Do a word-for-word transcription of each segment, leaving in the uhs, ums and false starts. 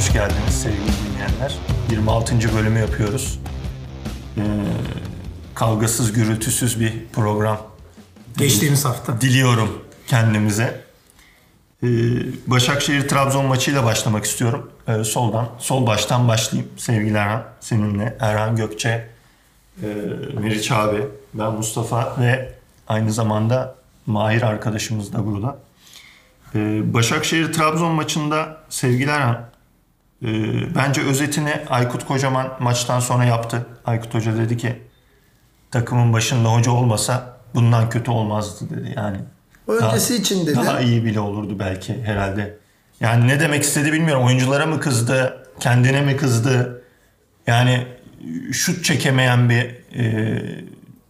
hoş geldiniz sevgili dinleyenler. yirmi altıncı bölümü yapıyoruz. Ee, kavgasız, gürültüsüz bir program. Geçtiğimiz hafta. Diliyorum kendimize. Ee, Başakşehir-Trabzon maçıyla başlamak istiyorum. Ee, soldan, sol baştan başlayayım sevgili Erhan. Seninle Erhan Gökçe, e, Meriç abi, ben Mustafa ve aynı zamanda Mahir arkadaşımız da burada. Ee, Başakşehir-Trabzon maçında sevgili Erhan, e, bence özetini Aykut Kocaman maçtan sonra yaptı. Aykut Hoca dedi ki takımın başında hoca olmasa bundan kötü olmazdı dedi. Yani öncesi daha, için dedi. Daha iyi bile olurdu belki herhalde. Yani ne demek istedi bilmiyorum. Oyunculara mı kızdı, kendine mi kızdı? Yani şut çekemeyen bir e,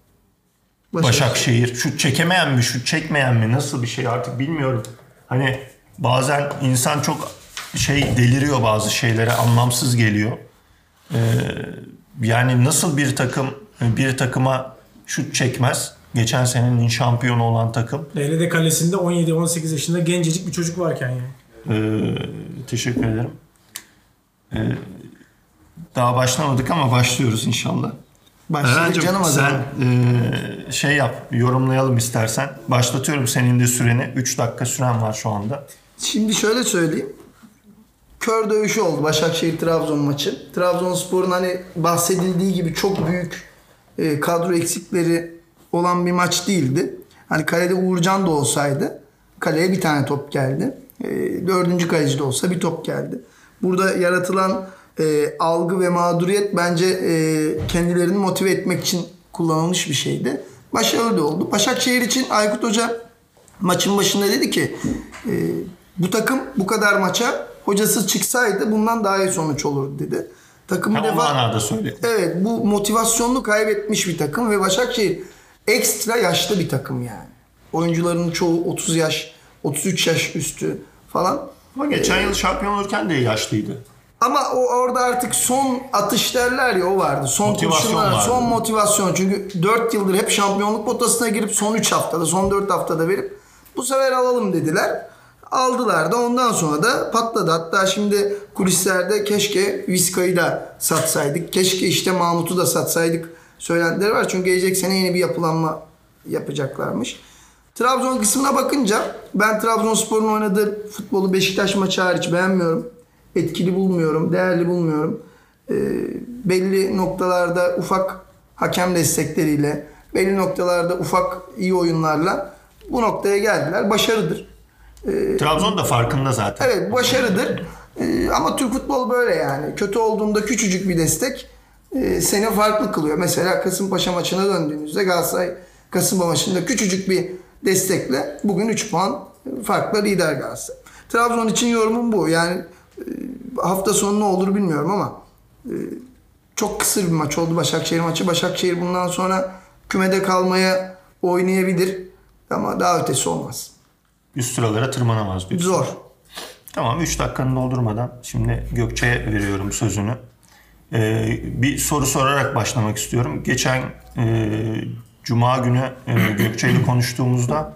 Başakşehir. Şut çekemeyen mi, şut çekmeyen mi? Nasıl bir şey artık bilmiyorum. Hani bazen insan çok şey deliriyor, bazı şeylere anlamsız geliyor. Ee, yani nasıl bir takım bir takıma şut çekmez? Geçen senenin şampiyonu olan takım. L D kalesinde on yedi on sekiz yaşında gencecik bir çocuk varken yani. Ee, teşekkür ederim. Ee, daha başlamadık ama başlıyoruz inşallah. Başladık canım o zaman. Sen e, şey yap, yorumlayalım istersen. Başlatıyorum senin de süreni. üç dakika süren var şu anda. Şimdi şöyle söyleyeyim. Kör dövüşü oldu Başakşehir-Trabzon maçı. Trabzonspor'un hani bahsedildiği gibi çok büyük e, kadro eksikleri olan bir maç değildi. Hani kalede Uğurcan da olsaydı kaleye bir tane top geldi. E, dördüncü kaleci de olsa bir top geldi. Burada yaratılan e, algı ve mağduriyet bence e, kendilerini motive etmek için kullanılmış bir şeydi. Başarılı da oldu. Başakşehir için Aykut Hoca maçın başında dedi ki e, bu takım bu kadar maça hocasız çıksaydı bundan daha iyi sonuç olurdu dedi. Takım ha, bir defa, o manada söyledi. Evet, bu motivasyonunu kaybetmiş bir takım ve Başakşehir ekstra yaşlı bir takım yani. Oyuncuların çoğu otuz yaş, otuz üç yaş üstü falan. Ama geçen ee, yıl şampiyon olurken de yaşlıydı. Ama o orada artık son atış derler ya, o vardı. Son kurşunlar, son motivasyon. Çünkü dört yıldır hep şampiyonluk potasına girip son üç haftada, son dört haftada verip bu sefer alalım dediler. Aldılar da ondan sonra da patladı. Hatta şimdi kulislerde keşke Vizca'yı da satsaydık. Keşke işte Mahmut'u da satsaydık söylentileri var. Çünkü gelecek sene yeni bir yapılanma yapacaklarmış. Trabzon kısmına bakınca ben Trabzonspor'un oynadığı futbolu Beşiktaş maçı hariç beğenmiyorum. Etkili bulmuyorum, değerli bulmuyorum. E, belli noktalarda ufak hakem destekleriyle, belli noktalarda ufak iyi oyunlarla bu noktaya geldiler. Başarıdır. E, Trabzon da farkında zaten. Evet, başarıdır. E, ama Türk futbolu böyle yani. Kötü olduğunda küçücük bir destek e, seni farklı kılıyor. Mesela Kasımpaşa maçına döndüğünüzde Galatasaray Kasımpaşa maçında küçücük bir destekle bugün üç puan farkla lider Galatasaray. Trabzon için yorumum bu. Yani hafta sonu ne olur bilmiyorum ama e, çok kısır bir maç oldu Başakşehir maçı. Başakşehir bundan sonra kümede kalmaya oynayabilir ama daha ötesi olmaz. Üst sıralara tırmanamaz diyorsun. Zor. Tamam, üç dakikanı doldurmadan şimdi Gökçe'ye veriyorum sözünü. Ee, bir soru sorarak başlamak istiyorum. Geçen e, Cuma günü e, Gökçe ile konuştuğumuzda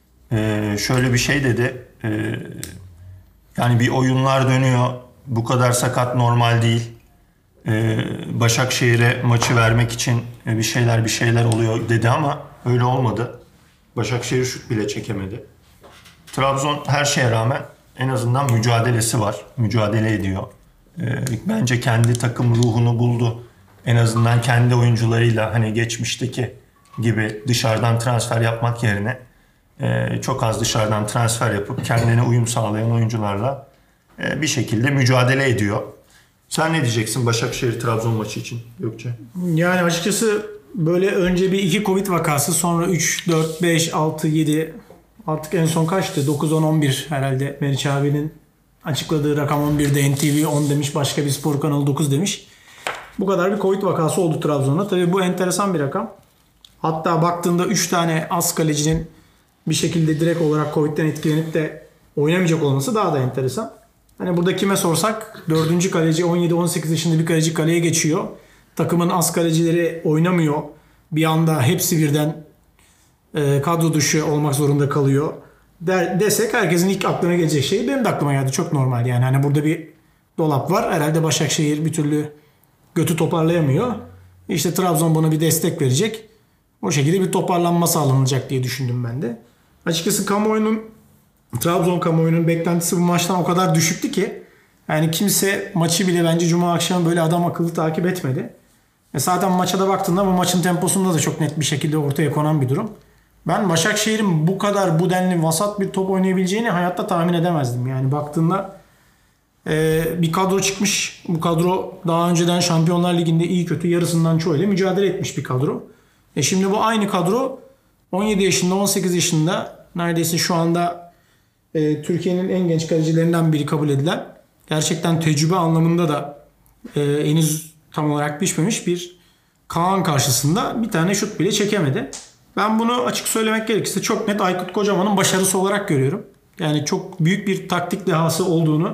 e, şöyle bir şey dedi. E, yani bir oyunlar dönüyor. Bu kadar sakat normal değil. Ee, Başakşehir'e maçı vermek için bir şeyler bir şeyler oluyor dedi ama öyle olmadı. Başakşehir şut bile çekemedi. Trabzon her şeye rağmen en azından mücadelesi var. Mücadele ediyor. Ee, bence kendi takım ruhunu buldu. En azından kendi oyuncularıyla hani geçmişteki gibi dışarıdan transfer yapmak yerine e, çok az dışarıdan transfer yapıp kendine uyum sağlayan oyuncularla bir şekilde mücadele ediyor. Sen ne diyeceksin Başakşehir-Trabzon maçı için Gökçe? Yani açıkçası böyle önce bir iki Covid vakası, sonra üç, dört, beş, altı, yedi, artık en son kaçtı? dokuz, on, on bir herhalde. Meriç abinin açıkladığı rakam on birde, N T V on demiş, başka bir spor kanalı dokuz demiş. Bu kadar bir Covid vakası oldu Trabzon'da. Tabii bu enteresan bir rakam. Hatta baktığında üç tane az kalecinin bir şekilde direkt olarak Covid'den etkilenip de oynamayacak olması daha da enteresan. Hani burada kime sorsak dördüncü kaleci on yedi on sekiz yaşında bir kaleci kaleye geçiyor. Takımın az kalecileri oynamıyor. Bir anda hepsi birden e, kadro dışı olmak zorunda kalıyor. Der, desek herkesin ilk aklına gelecek şey benim de aklıma geldi. Çok normal yani. Hani burada bir dolap var. Herhalde Başakşehir bir türlü götü toparlayamıyor. İşte Trabzon buna bir destek verecek. O şekilde bir toparlanma sağlanacak diye düşündüm ben de. Açıkçası kamuoyunun, Trabzon kamuoyunun beklentisi bu maçtan o kadar düşüktü ki yani kimse maçı bile bence Cuma akşamı böyle adam akıllı takip etmedi. E zaten maça da baktığında bu maçın temposunda da çok net bir şekilde ortaya konan bir durum. Ben Başakşehir'in bu kadar bu denli vasat bir top oynayabileceğini hayatta tahmin edemezdim. Yani baktığında e, bir kadro çıkmış. Bu kadro daha önceden Şampiyonlar Ligi'nde iyi kötü yarısından çoğuyla mücadele etmiş bir kadro. E şimdi bu aynı kadro on yedi yaşında on sekiz yaşında neredeyse şu anda e, Türkiye'nin en genç kalecilerinden biri kabul edilen, gerçekten tecrübe anlamında da e, henüz tam olarak pişmemiş bir Kaan karşısında bir tane şut bile çekemedi. Ben bunu açık söylemek gerekirse çok net Aykut Kocaman'ın başarısı olarak görüyorum. Yani çok büyük bir taktik dehası olduğunu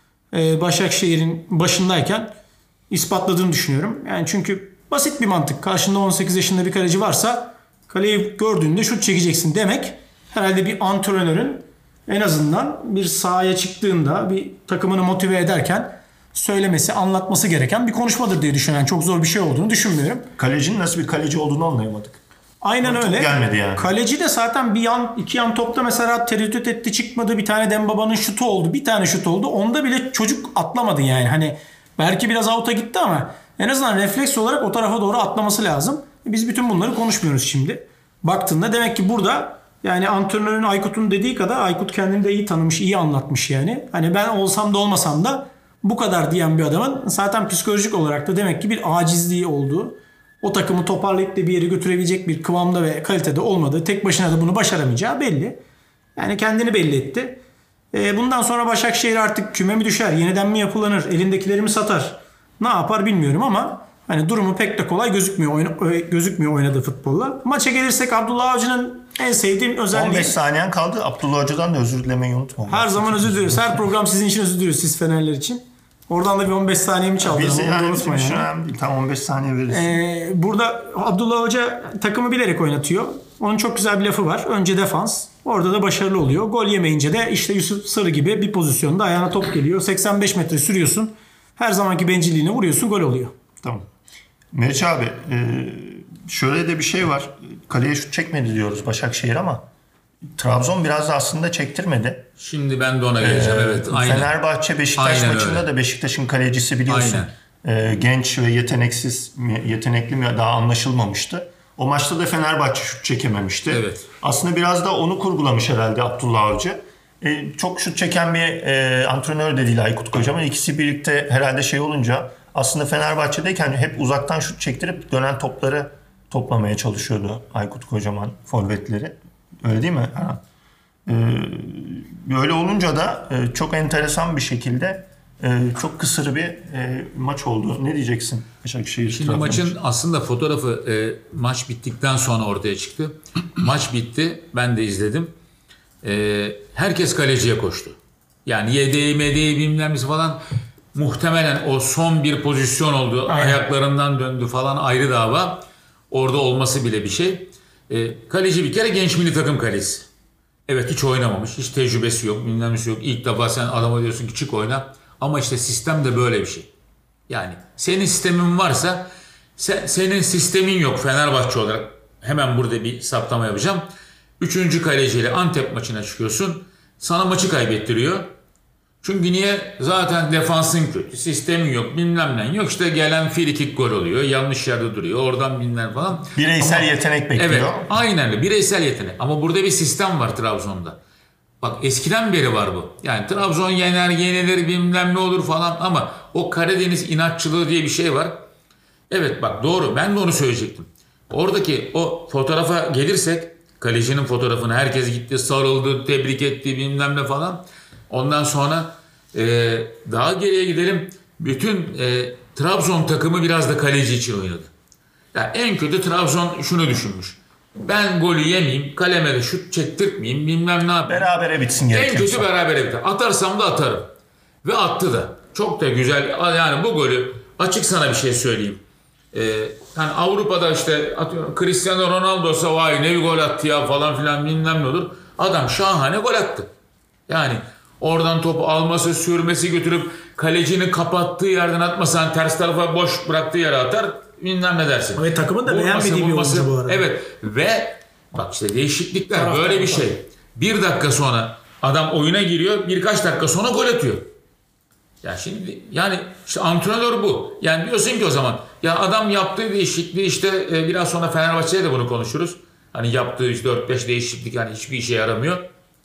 e, Başakşehir'in başındayken ispatladığını düşünüyorum. Yani çünkü basit bir mantık. Karşında on sekiz yaşında bir kaleci varsa kaleyi gördüğünde şut çekeceksin demek herhalde bir antrenörün en azından bir sahaya çıktığında bir takımını motive ederken söylemesi, anlatması gereken bir konuşmadır diye düşünüyorum. Çok zor bir şey olduğunu düşünmüyorum. Kalecinin nasıl bir kaleci olduğunu anlayamadık. Aynen öyle. Gelmedi yani. Kaleci de zaten bir yan, iki yan topta mesela tereddüt etti, çıkmadı. Bir tane Dembaba'nın şutu oldu. Bir tane şut oldu. Onda bile çocuk atlamadı yani. Hani belki biraz out'a gitti ama en azından refleks olarak o tarafa doğru atlaması lazım. Biz bütün bunları konuşmuyoruz şimdi. Baktığında demek ki burada yani antrenörün Aykut'un dediği kadar Aykut kendini de iyi tanımış, iyi anlatmış yani. Hani ben olsam da olmasam da bu kadar diyen bir adamın zaten psikolojik olarak da demek ki bir acizliği olduğu, o takımı toparlayıp da bir yere götürebilecek bir kıvamda ve kalitede olmadığı, tek başına da bunu başaramayacağı belli. Yani kendini belli etti. E, bundan sonra Başakşehir artık küme mi düşer, yeniden mi yapılanır, elindekileri mi satar, ne yapar bilmiyorum ama hani durumu pek de kolay gözükmüyor, oyna, gözükmüyor oynadığı futbolla. Maça gelirsek Abdullah Avcı'nın en sevdiğim özelliği... on beş saniyen kaldı. Abdullah Hoca'dan da özür dilemeyi unutma. Her zaman özür diliyoruz. Her program sizin için özür diliyoruz, siz Fenerler için. Oradan da bir on beş saniyemi çaldım. Biz yani unutma bizim yani. önemli değil. Tam on beş saniye veririz. Ee, burada Abdullah Hoca takımı bilerek oynatıyor. Onun çok güzel bir lafı var. Önce defans. Orada da başarılı oluyor. Gol yemeyince de işte Yusuf Sarı gibi bir pozisyonda ayağına top geliyor. seksen beş metre sürüyorsun. Her zamanki bencilliğine vuruyorsun. Gol oluyor. Tamam. Meriç abi şöyle de bir şey var. Kaleye şut çekmedi diyoruz Başakşehir ama Trabzon biraz da aslında çektirmedi. Şimdi ben de ona geleceğim. Ee, evet. Aynen. Fenerbahçe Beşiktaş Aynen maçında öyle. da Beşiktaş'ın kalecisi biliyorsun. E, genç ve yeteneksiz, yetenekli mi daha anlaşılmamıştı. O maçta da Fenerbahçe şut çekememişti. Evet. Aslında biraz da onu kurgulamış herhalde Abdullah Avcı. E, çok şut çeken bir e, antrenör de değil Aykut Kocaman. İkisi birlikte herhalde şey olunca aslında Fenerbahçe'deyken hep uzaktan şut çektirip dönen topları toplamaya çalışıyordu Aykut Kocaman forvetleri. Öyle değil mi? Ha. Ee, böyle olunca da e, çok enteresan bir şekilde e, çok kısır bir e, maç oldu. Ne diyeceksin Başakşehir? Şimdi maçın maçı. Aslında fotoğrafı e, maç bittikten sonra ortaya çıktı. Maç bitti. Ben de izledim. E, herkes kaleciye koştu. Yani yedeği medeği bilmem nesi falan muhtemelen o son bir pozisyon oldu. Aynen. Ayaklarından döndü falan ayrı dava. Orada olması bile bir şey. E, kaleci bir kere genç milli takım kalecisi. Evet hiç oynamamış. Hiç tecrübesi yok. Bilmem nesi yok. İlk defa sen adama diyorsun ki çık oyna. Ama işte sistem de böyle bir şey. Yani senin sistemin varsa sen, senin sistemin yok Fenerbahçe olarak. Hemen burada bir saptama yapacağım. Üçüncü kaleciyle Antep maçına çıkıyorsun. Sana maçı kaybettiriyor. Çünkü niye? Zaten defansın kötü. Sistemin yok. Bilmem ne yok. İşte gelen free kick gol oluyor. Yanlış yerde duruyor. Oradan bilmem falan. Bireysel Ama, yetenek bekliyor. Evet. Aynen öyle. Bireysel yetenek. Ama burada bir sistem var Trabzon'da. Bak eskiden beri var bu. Yani Trabzon yener, yenilir bilmem ne olur falan. Ama o Karadeniz inatçılığı diye bir şey var. Evet bak doğru. Ben de onu söyleyecektim. Oradaki o fotoğrafa gelirsek kalecinin fotoğrafını herkes gitti sarıldı, tebrik etti bilmem ne falan. Ondan sonra e, daha geriye gidelim. Bütün e, Trabzon takımı biraz da kaleci için oynadı. Yani en kötü Trabzon şunu düşünmüş. Ben golü yemeyeyim, kaleme de şut çektirtmeyeyim, bilmem ne yapayım. Berabere bitsin gerekirse. En kötü berabere biter. Atarsam da atarım. Ve attı da. Çok da güzel. Yani bu golü açık sana bir şey söyleyeyim. Ee, yani Avrupa'da işte atıyorum Cristiano Ronaldo'sa vay ne bir gol attı ya falan filan bilmem ne olur. Adam şahane gol attı. Yani oradan topu alması, sürmesi, götürüp kalecinin kapattığı yerden atmasan ters tarafa boş bıraktığı yere atar. Bilmem ne dersin. Ve takımın da Vurması, beğenmediği bir vurması, oyuncu bu arada. Evet ve bak işte değişiklikler Taraftar böyle bir var. şey. Bir dakika sonra adam oyuna giriyor, birkaç dakika sonra gol atıyor. Ya şimdi yani işte antrenör bu. Yani diyorsun ki o zaman ya adam yaptığı değişikliği işte e, biraz sonra Fenerbahçe'ye de bunu konuşuruz. Hani yaptığı işte dört beş değişiklik yani hiçbir işe yaramıyor.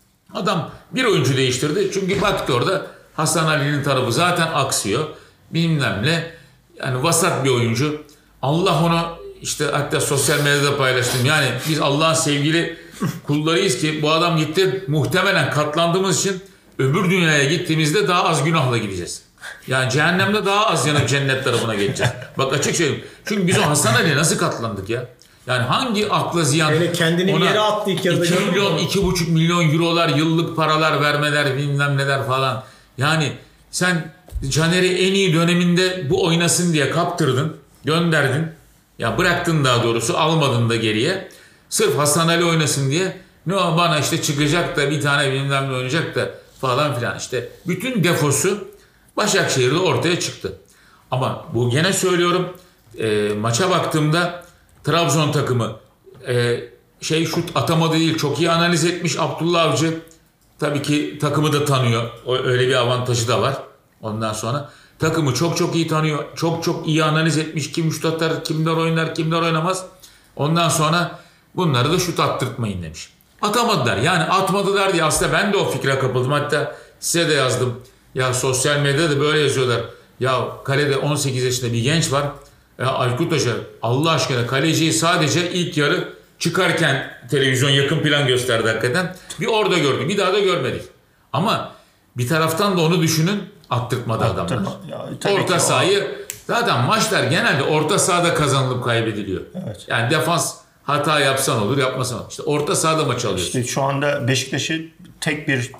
Adam bir oyuncu değiştirdi. Çünkü baktı orada Hasan Ali'nin tarafı zaten aksıyor. Bilmem ne. Yani vasat bir oyuncu. Allah onu işte hatta sosyal medyada paylaştım. Yani biz Allah'ın sevgili kullarıyız ki bu adam gitti. Muhtemelen katlandığımız için öbür dünyaya gittiğimizde daha az günahla gideceğiz. Yani cehennemde daha az yanıp cennet tarafına geçeceğiz. Bak açık söyleyeyim. Çünkü biz o Hasan Ali'ye nasıl katlandık ya? Yani hangi akla ziyan Öyle kendini bir yere attı ilk yarıda. iki milyon, iki buçuk milyon eurolar yıllık paralar vermeler bilmem neler falan. Yani sen Caner'i en iyi döneminde bu oynasın diye kaptırdın, gönderdin. Ya bıraktın daha doğrusu almadın da geriye. Sırf Hasan Ali oynasın diye ne o bana işte çıkacak da bir tane bilmem ne oynayacak da falan filan işte. Bütün defosu Başakşehir'de ortaya çıktı. Ama bu gene söylüyorum e, maça baktığımda Trabzon takımı e, şey şut atamadı değil çok iyi analiz etmiş Abdullah Avcı. Tabii ki takımı da tanıyor. O, öyle bir avantajı da var. Ondan sonra takımı çok çok iyi tanıyor. Çok çok iyi analiz etmiş. Kim şut atar, kimler oynar, kimler oynamaz. Ondan sonra bunları da şut attırtmayın demiş. Atamadılar. Yani atmadılar diye aslında ben de o fikre kapıldım. Hatta size de yazdım. Ya sosyal medyada da böyle yazıyorlar. Ya kalede on sekiz yaşında bir genç var. Ya Aykut Hoca Allah aşkına kaleciyi sadece ilk yarı çıkarken televizyon yakın plan gösterdi hakikaten. Bir orada gördüm. Bir daha da görmedik. Ama bir taraftan da onu düşünün. Attırtmadı adamlar. Ya, tabii orta ki sahayı zaten maçlar genelde orta sahada kazanılıp kaybediliyor. Evet. Yani defans hata yapsan olur yapmasan olur. İşte orta sahada maç alıyorsun. İşte şu anda Beşiktaş'ı tek bir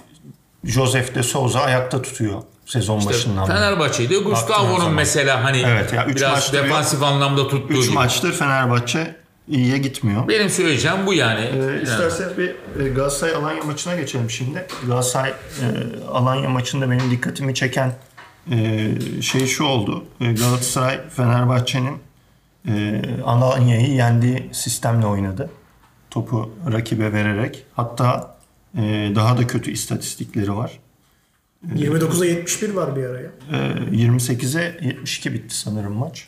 Josef de Souza ayakta tutuyor sezon İşte başından beri. Fenerbahçe'de Gustavo'nun zaman. mesela hani Evet, ya üç biraz maçta defansif anlamda tuttuğu üç gibi. maçtır Fenerbahçe iyiye gitmiyor. Benim söyleyeceğim bu yani. Ee, Yani. isterseniz bir e, Galatasaray Alanya maçına geçelim şimdi. Galatasaray e, Alanya maçında benim dikkatimi çeken e, şey şu oldu. E, Galatasaray Fenerbahçe'nin e, Alanya'yı yendiği sistemle oynadı. Topu rakibe vererek. Hatta e, daha da kötü istatistikleri var. yirmi dokuza yetmiş bir var bir araya. E, yirmi sekize yetmiş iki bitti sanırım maç.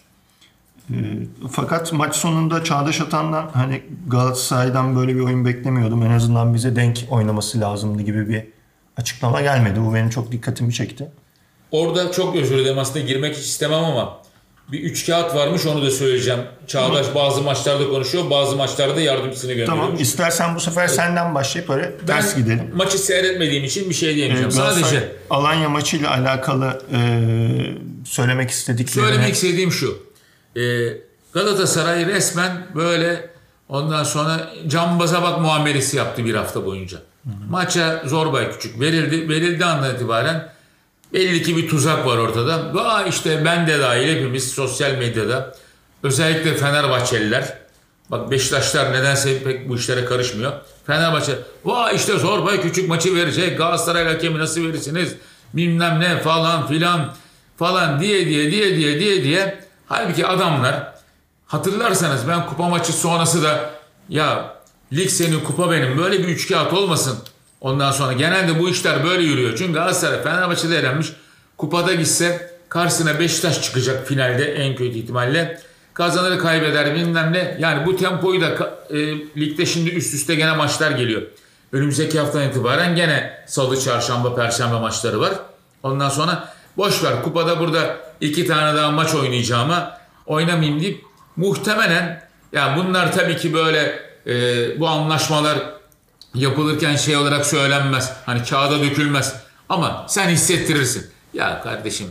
E, fakat maç sonunda Çağdaş Atan'dan hani Galatasaray'dan böyle bir oyun beklemiyordum. En azından bize denk oynaması lazımdı gibi bir açıklama gelmedi. Bu benim çok dikkatimi çekti. Orada çok özür dilerim aslında girmek hiç istemem ama bir üç kağıt varmış onu da söyleyeceğim. Çağdaş bazı maçlarda konuşuyor bazı maçlarda yardımcısını gönderiyor. Tamam, istersen bu sefer senden başlayıp böyle ters Ben gidelim. maçı seyretmediğim için bir şey diyemeyeceğim. Ee, Galatasaray Sadece Alanya maçıyla alakalı e, söylemek istediklerini... söylemek istediğim şu. Ee, Galatasaray resmen böyle ondan sonra cambaza bak muamelesi yaptı bir hafta boyunca. Hı hı. Maça Zorbay Küçük verildi. Verildiği andan itibaren belli ki bir tuzak var ortada. Vay işte ben de dahil hepimiz sosyal medyada özellikle Fenerbahçeliler bak Beşiktaşlar nedense pek bu işlere karışmıyor. Fenerbahçe vay işte Zorbay Küçük maçı verecek Galatasaray hakemi nasıl verirsiniz bilmem ne falan filan falan diye diye diye diye diye diye halbuki adamlar hatırlarsanız ben kupa maçı sonrası da ya lig senin kupa benim böyle bir üçkağıt olmasın. Ondan sonra genelde bu işler böyle yürüyor. Çünkü Galatasaray Fenerbahçe'de elenmiş. Kupada gitse karşısına Beşiktaş çıkacak finalde en kötü ihtimalle. Kazanır kaybeder bilmem ne. Yani bu tempoyu da e, ligde şimdi üst üste gene maçlar geliyor. Önümüzdeki haftadan itibaren gene salı, çarşamba, perşembe maçları var. Ondan sonra boş ver kupada burada iki tane daha maç oynayacağıma oynamayayım deyip muhtemelen yani bunlar tabii ki böyle e, bu anlaşmalar yapılırken şey olarak söylenmez. Hani kağıda dökülmez. Ama sen hissettirirsin. Ya kardeşim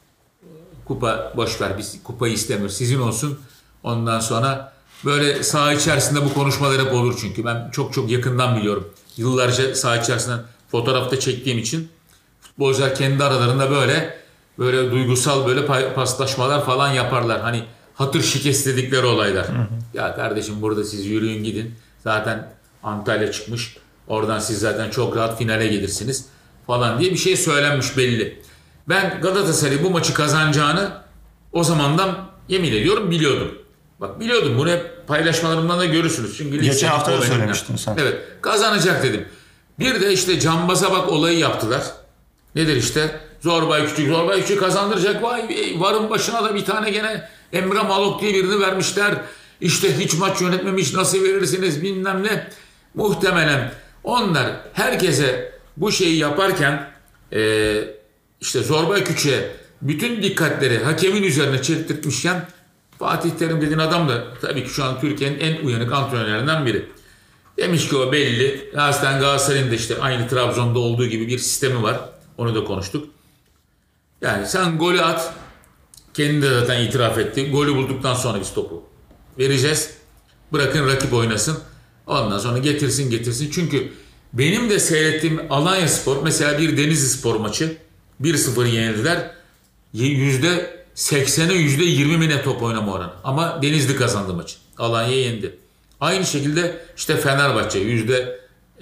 kupa boş ver biz kupayı istemiyoruz. Sizin olsun. Ondan sonra böyle saha içerisinde bu konuşmalar hep olur çünkü. Ben çok çok yakından biliyorum. Yıllarca saha içerisinden fotoğrafta çektiğim için futbolcular kendi aralarında böyle böyle duygusal böyle paslaşmalar falan yaparlar. Hani hatır şikes dedikleri olaylar. Hı hı. Ya kardeşim burada siz yürüyün gidin. Zaten Antalya çıkmış. Oradan siz zaten çok rahat finale gelirsiniz falan diye bir şey söylenmiş belli. Ben Galatasaray bu maçı kazanacağını o zamandan yemin ediyorum biliyordum. Bak biliyordum. Bunu hep paylaşmalarımdan da görürsünüz. Çünkü geçen hafta da söylemiştin sen. Evet. Kazanacak dedim. Bir de işte cambaza bak olayı yaptılar. Nedir işte? Zorbay Küçük. Zorbay Küçük kazandıracak. Vay varın başına da bir tane gene Emre Malok diye birini vermişler. İşte hiç maç yönetmemiş. Nasıl verirsiniz bilmem ne. Muhtemelen onlar herkese bu şeyi yaparken e, işte Zorbay Küçük'e bütün dikkatleri hakemin üzerine çektirtmişken Fatih Terim dediğin adam da tabii ki şu an Türkiye'nin en uyanık antrenörlerinden biri. Demiş ki o belli. Zaten Galatasaray'ın da işte aynı Trabzon'da olduğu gibi bir sistemi var. Onu da konuştuk. Yani sen golü at. Kendi de zaten itiraf etti. Golü bulduktan sonra biz topu vereceğiz. Bırakın rakip oynasın. Ondan sonra getirsin getirsin. Çünkü benim de seyrettiğim Alanyaspor mesela bir Denizlispor maçı bir sıfır yenildiler. yüzde seksene yüzde yirmi mi ne top oynama oranı. Ama Denizli kazandı maçı. Alanya yendi. Aynı şekilde işte Fenerbahçe yüzde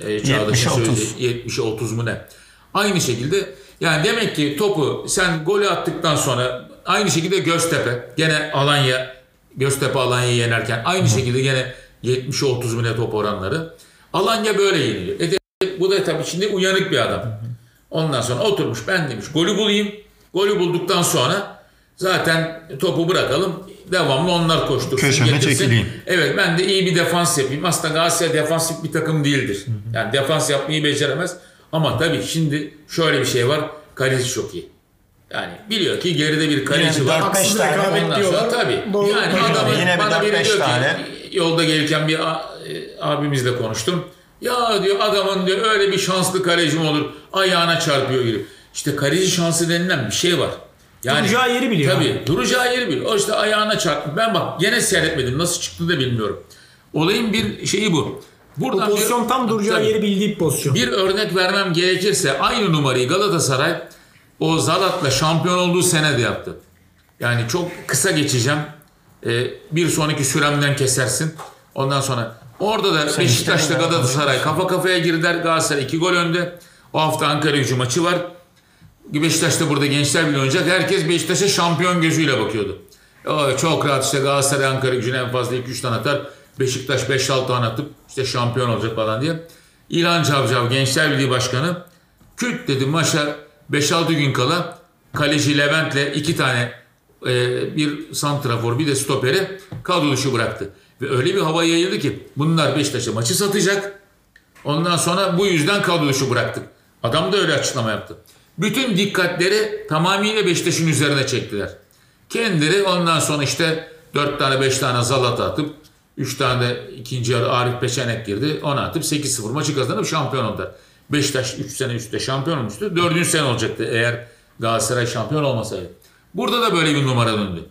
yetmişe otuz mu ne. Aynı şekilde yani demek ki topu sen golü attıktan sonra aynı şekilde Göztepe gene Alanya Göztepe Alanya'yı yenerken aynı Hı. şekilde gene yetmişe otuz mu ne top oranları. Alanya böyle yeniliyor. E de, bu da tabii şimdi uyanık bir adam. Ondan sonra oturmuş ben demiş golü bulayım. Golü bulduktan sonra zaten topu bırakalım. Devamlı onlar koştursun. Köşeme çekileyim. Evet ben de iyi bir defans yapayım. Aslında Galatasaray defansif bir takım değildir. Yani defans yapmayı beceremez. Ama tabii şimdi şöyle bir şey var. Kaleci çok iyi. Yani biliyor ki geride bir kaleci yine var. dört beş tane ondan sonra tabii. Doğru. Yani adamın, yine bana biri diyor tane. ki yolda gelirken bir abimizle konuştum. Ya diyor adamın diyor öyle bir şanslı kaleci mi olur? Ayağına çarpıyor gibi. İşte kaleci şansı denilen bir şey var. Yani, duracağı yeri biliyor. Tabii yani. duracağı yeri biliyor. O işte ayağına çarptı. Ben bak gene seyretmedim. Nasıl çıktı da bilmiyorum. Olayın bir şeyi bu. Buradan o pozisyon bir, tam duracağı tabii, yeri bildiği bir pozisyon. Bir örnek vermem gerekirse aynı numarayı Galatasaray o Zalat'la şampiyon olduğu sene de yaptı. Yani çok kısa geçeceğim. Ee, bir sonraki süremden kesersin. Ondan sonra orada da Sen Beşiktaş'ta işte Galatasaray kafa kafaya girdiler. Galatasaray iki gol önde. O hafta Ankara Gücü maçı var. Beşiktaş'ta burada Gençler Birliği oynayacak. Herkes Beşiktaş'a şampiyon gözüyle bakıyordu. O, çok rahat işte Galatasaray Ankara Gücü'ne en fazla iki üç tane atar. Beşiktaş beş altı tane atıp işte şampiyon olacak falan diye. İlhan Cavcav Gençler Birliği Başkanı küt dedi maça beş altı gün kala kaleci Levent'le iki tane e, bir santrafor bir de stoperi kadro dışı bıraktı. Ve öyle bir hava yayıldı ki bunlar Beşiktaş'a maçı satacak. Ondan sonra bu yüzden kadro dışı bıraktık. Adam da öyle açıklama yaptı. Bütün dikkatleri tamamıyla Beşiktaş'ın üzerine çektiler. Kendileri ondan sonra işte dört tane beş tane Zalat'a atıp üç tane de ikinci yarı Arif Peçenek girdi. Ona atıp sekiz sıfır maçı kazanıp şampiyon oldular. Beşiktaş üç sene üstte şampiyon olmuştu. dördüncü sene olacaktı eğer Galatasaray şampiyon olmasaydı. Burada da böyle bir numara döndü.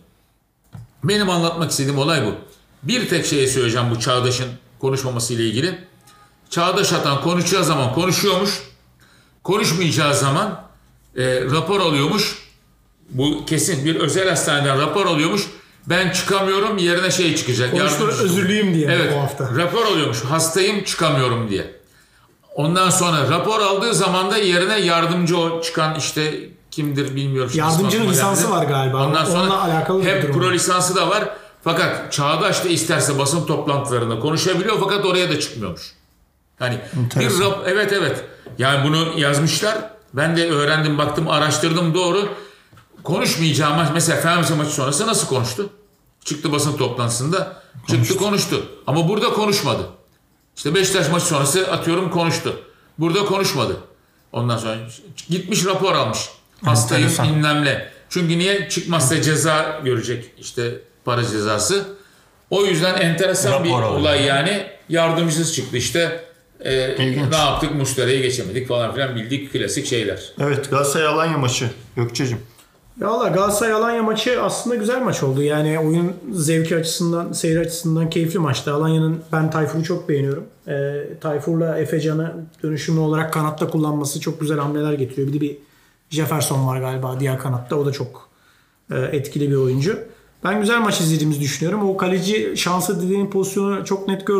Benim anlatmak istediğim olay bu. Bir tek şeyi söyleyeceğim bu Çağdaş'ın konuşmaması ile ilgili. Çağdaş Atan konuşacağı zaman konuşuyormuş. Konuşmayacağı zaman e, rapor alıyormuş. Bu kesin bir özel hastaneden rapor alıyormuş. Ben çıkamıyorum yerine şey çıkacak. Konuşma özürlüyüm diye evet, o hafta. Rapor alıyormuş. Hastayım çıkamıyorum diye. Ondan sonra rapor aldığı zaman da yerine yardımcı o çıkan işte kimdir bilmiyorum. Yardımcının lisansı var galiba. Ondan sonra onunla alakalı hem bir durum. pro lisansı da var. Fakat Çağdaş da isterse basın toplantılarında konuşabiliyor fakat oraya da çıkmıyormuş. Hani bir rap, evet evet. Yani bunu yazmışlar. Ben de öğrendim, baktım, araştırdım doğru. Konuşmayacağım maç mesela Fenerbahçe maçı sonrası nasıl konuştu? Çıktı basın toplantısında, konuştu. çıktı konuştu. Ama burada konuşmadı. İşte Beşiktaş maçı sonrası atıyorum konuştu. Burada konuşmadı. Ondan sonra gitmiş rapor almış. Hastayım bilmem ne. Çünkü niye çıkmazsa ceza görecek işte para cezası. O yüzden enteresan rapor bir alıyor. Olay yani. Yardımcısız çıktı işte. Ee, ne yaptık? Muslera'yı geçemedik falan filan bildik klasik şeyler. Evet Galatasaray Alanya maçı Gökçe'cim. Ya valla Galatasaray Alanya maçı aslında güzel maç oldu. Yani oyun zevki açısından, seyir açısından keyifli maçtı. Alanya'nın ben Tayfur'u çok beğeniyorum. Ee, Tayfur'la Efecan'ı dönüşümlü olarak kanatta kullanması çok güzel hamleler getiriyor. Bir de bir Jefferson var galiba diğer kanatta. O da çok e, etkili bir oyuncu. Ben güzel maç izlediğimizi düşünüyorum. O kaleci şansı dediğim pozisyonu çok net gördüm.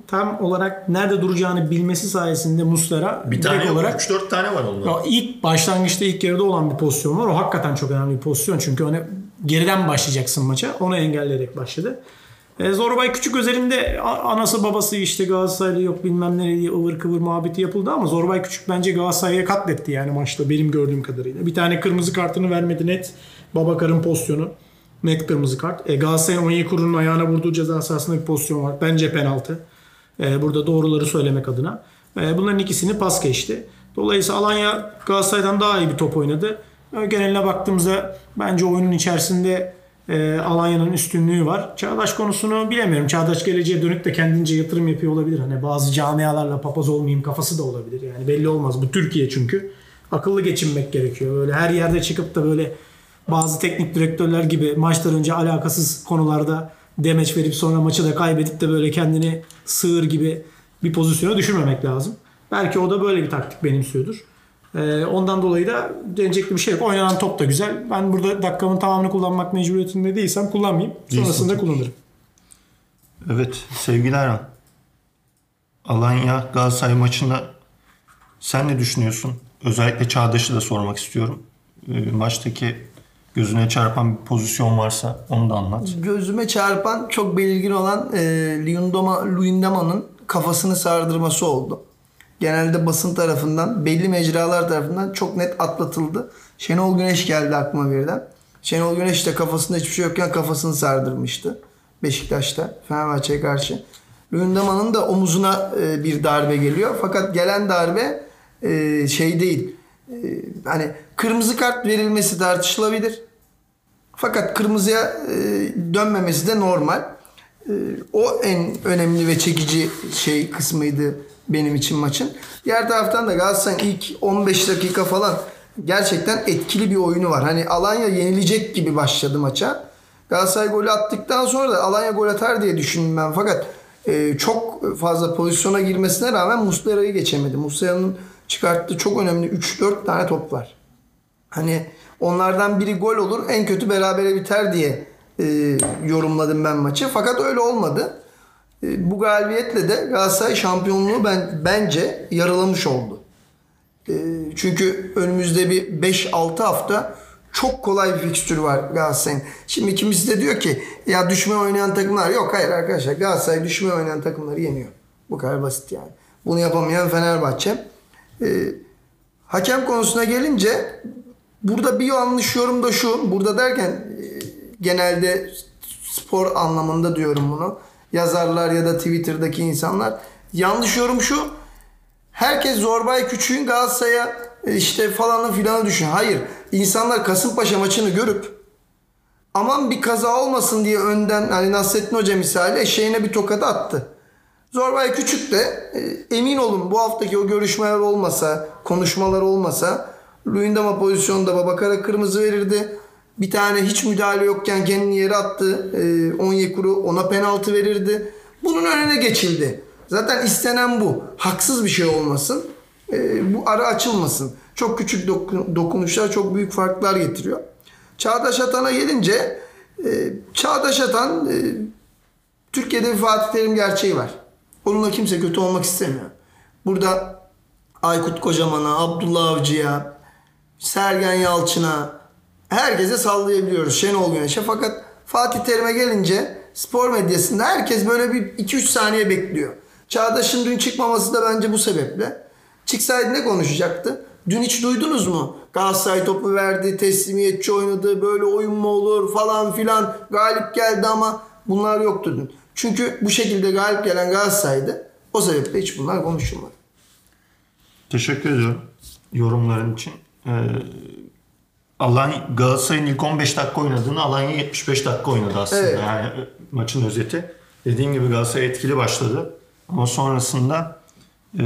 tam olarak nerede duracağını bilmesi sayesinde Muslera Bir tane direkt yok, olarak üç dört tane var onların. ya ilk başlangıçta ilk yarıda olan bir pozisyon var. O hakikaten çok önemli bir pozisyon. Çünkü hani geriden başlayacaksın maça. Onu engelleyerek başladı. E, Zorbay Küçük özelinde anası babası işte Galatasaraylı yok bilmem ne diye ıvır kıvır muhabbeti yapıldı ama Zorbay Küçük bence Galatasaray'a katletti yani maçta benim gördüğüm kadarıyla. Bir tane kırmızı kartını vermedi net. Babakar'ın pozisyonu. Net kırmızı kart. E, Galatasaray'ın Onyekuru'nun ayağına vurduğu ceza sahasında bir pozisyon var. Bence penaltı. E, burada doğruları söylemek adına. E, bunların ikisini pas geçti. Dolayısıyla Alanya Galatasaray'dan daha iyi bir top oynadı. E, geneline baktığımızda bence oyunun içerisinde e, Alanya'nın üstünlüğü var. Çağdaş konusunu bilemiyorum. Çağdaş geleceğe dönük de kendince yatırım yapıyor olabilir. Hani bazı camialarla papaz olmayayım kafası da olabilir. Yani belli olmaz. Bu Türkiye çünkü. Akıllı geçinmek gerekiyor. Böyle her yerde çıkıp da böyle bazı teknik direktörler gibi maçtan önce alakasız konularda demeç verip sonra maçı da kaybedip de böyle kendini sığır gibi bir pozisyona düşürmemek lazım. Belki o da böyle bir taktik benimsiyordur. Ee, ondan dolayı da denecek bir şey yok. Oynanan top da güzel. Ben burada dakikamın tamamını kullanmak mecburiyetinde değilsem kullanmayayım. Sonrasında Değilsin. kullanırım. Evet sevgili Erhan. Alanya Galatasaray maçında sen ne düşünüyorsun? Özellikle Çağdaş'ı da sormak istiyorum. E, maçtaki gözüne çarpan bir pozisyon varsa onu da anlat. Gözüme çarpan çok belirgin olan e, Luyendama- Luyendama'nın kafasını sardırması oldu. Genelde basın tarafından, belli mecralar tarafından çok net atlatıldı. Şenol Güneş geldi aklıma birden. Şenol Güneş de kafasında hiçbir şey yokken kafasını sardırmıştı. Beşiktaş'ta, Fenerbahçe'ye karşı. Luyendama'nın da omuzuna e, bir darbe geliyor. Fakat gelen darbe e, şey değil. E, hani kırmızı kart verilmesi tartışılabilir. Fakat kırmızıya e, dönmemesi de normal. E, o en önemli ve çekici şey kısmıydı benim için maçın. Diğer taraftan da Galatasaray'ın ilk on beş dakika falan gerçekten etkili bir oyunu var. Hani Alanya yenilecek gibi başladı maça. Galatasaray golü attıktan sonra da Alanya gol atar diye düşündüm ben. Fakat e, çok fazla pozisyona girmesine rağmen Muslera'yı geçemedi. Muslera'nın çıkarttığı çok önemli üç dört tane top var. Hani onlardan biri gol olur, en kötü berabere biter diye e, yorumladım ben maçı. Fakat öyle olmadı. E, bu galibiyetle de Galatasaray şampiyonluğu ben bence yarılamış oldu. E, çünkü önümüzde bir beş altı hafta çok kolay bir fikstürü var Galatasaray'ın. Şimdi kimisi de diyor ki ya düşme oynayan takımlar yok. Hayır arkadaşlar, Galatasaray düşme oynayan takımları yeniyor. Bu kadar basit yani. Bunu yapamayan Fenerbahçe. E, hakem konusuna gelince burada bir yanlış yorum da şu. Burada derken e, genelde spor anlamında diyorum bunu. Yazarlar ya da Twitter'daki insanlar. Yanlış yorum şu. Herkes Zorbay Küçük'ün Galatasaray'a e, işte falanın filanı düşün. Hayır. İnsanlar Kasımpaşa maçını görüp aman bir kaza olmasın diye önden hani Nasrettin Hoca misali eşeğine bir tokadı attı. Zorbay Küçük de e, emin olun bu haftaki o görüşmeler olmasa, konuşmalar olmasa Luyendama pozisyonunda Babakar'a kırmızı verirdi. Bir tane hiç müdahale yokken kendini yere attı. E, Onyekuru ona penaltı verirdi. Bunun önüne geçildi. Zaten istenen bu. Haksız bir şey olmasın. E, bu ara açılmasın. Çok küçük dokun- dokunuşlar çok büyük farklar getiriyor. Çağdaş Atan'a gelince e, Çağdaş Atan e, Türkiye'de bir Fatih Terim gerçeği var. Onunla kimse kötü olmak istemiyor. Burada Aykut Kocaman'a, Abdullah Avcı'ya, Sergen Yalçın'a herkese sallayabiliyoruz. Şenol Güneş'e. Fakat Fatih Terim'e gelince spor medyasında herkes böyle bir iki üç saniye bekliyor. Çağdaş'ın dün çıkmaması da bence bu sebeple. Çıksaydı ne konuşacaktı? Dün hiç duydunuz mu? Galatasaray topu verdi, teslimiyetçi oynadı, böyle oyun mu olur falan filan, galip geldi ama bunlar yoktu dün. Çünkü bu şekilde galip gelen Galatasaray'dı. O sebeple hiç bunlar konuşulmadı. Teşekkür ediyorum yorumların için. Ee, Alanya Galatasaray'ın ilk on beş dakika oynadığını Alanya yetmiş beş dakika oynadı aslında. Evet. Yani maçın özeti. Dediğim gibi Galatasaray etkili başladı. Ama sonrasında e,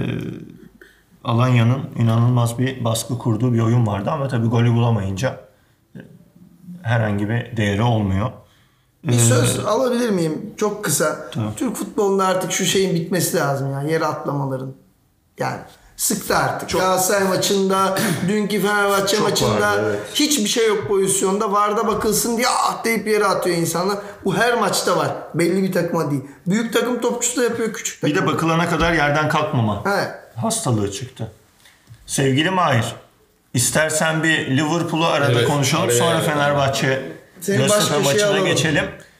Alanya'nın inanılmaz bir baskı kurduğu bir oyun vardı. Ama tabii golü bulamayınca e, herhangi bir değeri olmuyor. Bir söz alabilir miyim? Çok kısa. Tamam. Türk futbolunda artık şu şeyin bitmesi lazım ya. Yere atlamaların. Yani Sıktı artık. Çok, Galatasaray maçında, dünkü Fenerbahçe maçında vardı, evet. hiçbir şey yok pozisyonda. VAR'da bakılsın diye ah deyip yere atıyor insanlar. Bu her maçta var. Belli bir takıma değil. Büyük takım topçusu da yapıyor, küçük takım. Bir de bakılana kadar yerden kalkmama He. hastalığı çıktı. Sevgili Mahir, istersen bir Liverpool'u arada Evet, konuşalım. araya- Sonra Fenerbahçe Senin Göztepe başka şey maçına alalım. geçelim.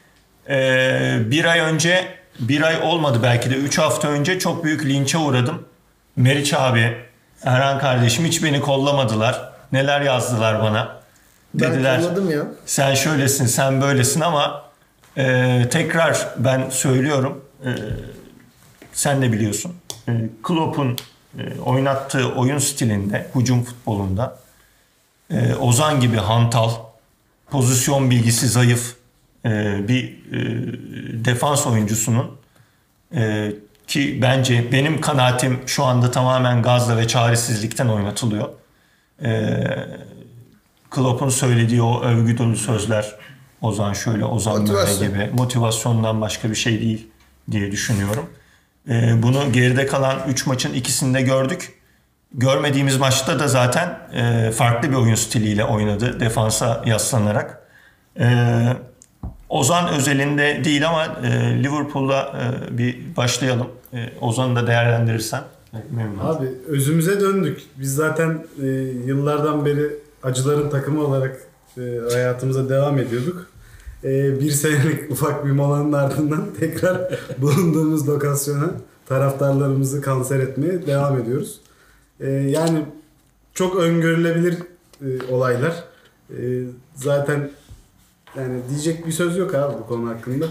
Ee, bir ay önce, bir ay olmadı belki de üç hafta önce çok büyük linçe uğradım. Meriç abi, Erhan kardeşim hiç beni kollamadılar. Neler yazdılar bana. Ben Dediler kolladım ya. sen şöylesin, sen böylesin ama e, tekrar ben söylüyorum. E, sen de biliyorsun. E, Klopp'un e, oynattığı oyun stilinde, hücum futbolunda e, Ozan gibi hantal, pozisyon bilgisi zayıf e, bir e, defans oyuncusunun e, ki bence benim kanaatim şu anda tamamen gazla ve çaresizlikten oynatılıyor. E, Klopp'un söylediği o övgü dolu sözler, Ozan şöyle, Ozan böyle Motivasyon. gibi motivasyondan başka bir şey değil diye düşünüyorum. E, bunu geride kalan üç maçın ikisinde gördük. Görmediğimiz maçta da zaten e, farklı bir oyun stiliyle oynadı defansa yaslanarak. E, Ozan özelinde değil ama e, Liverpool'la e, bir başlayalım. E, Ozan'ı da değerlendirirsen memnun olurum. Abi özümüze döndük. Biz zaten e, yıllardan beri acıların takımı olarak e, hayatımıza devam ediyorduk. E, bir senelik ufak bir molanın ardından tekrar bulunduğumuz lokasyona taraftarlarımızı kanser etmeye devam ediyoruz. E, yani çok öngörülebilir e, olaylar. E, zaten yani diyecek bir söz yok abi bu konu hakkında.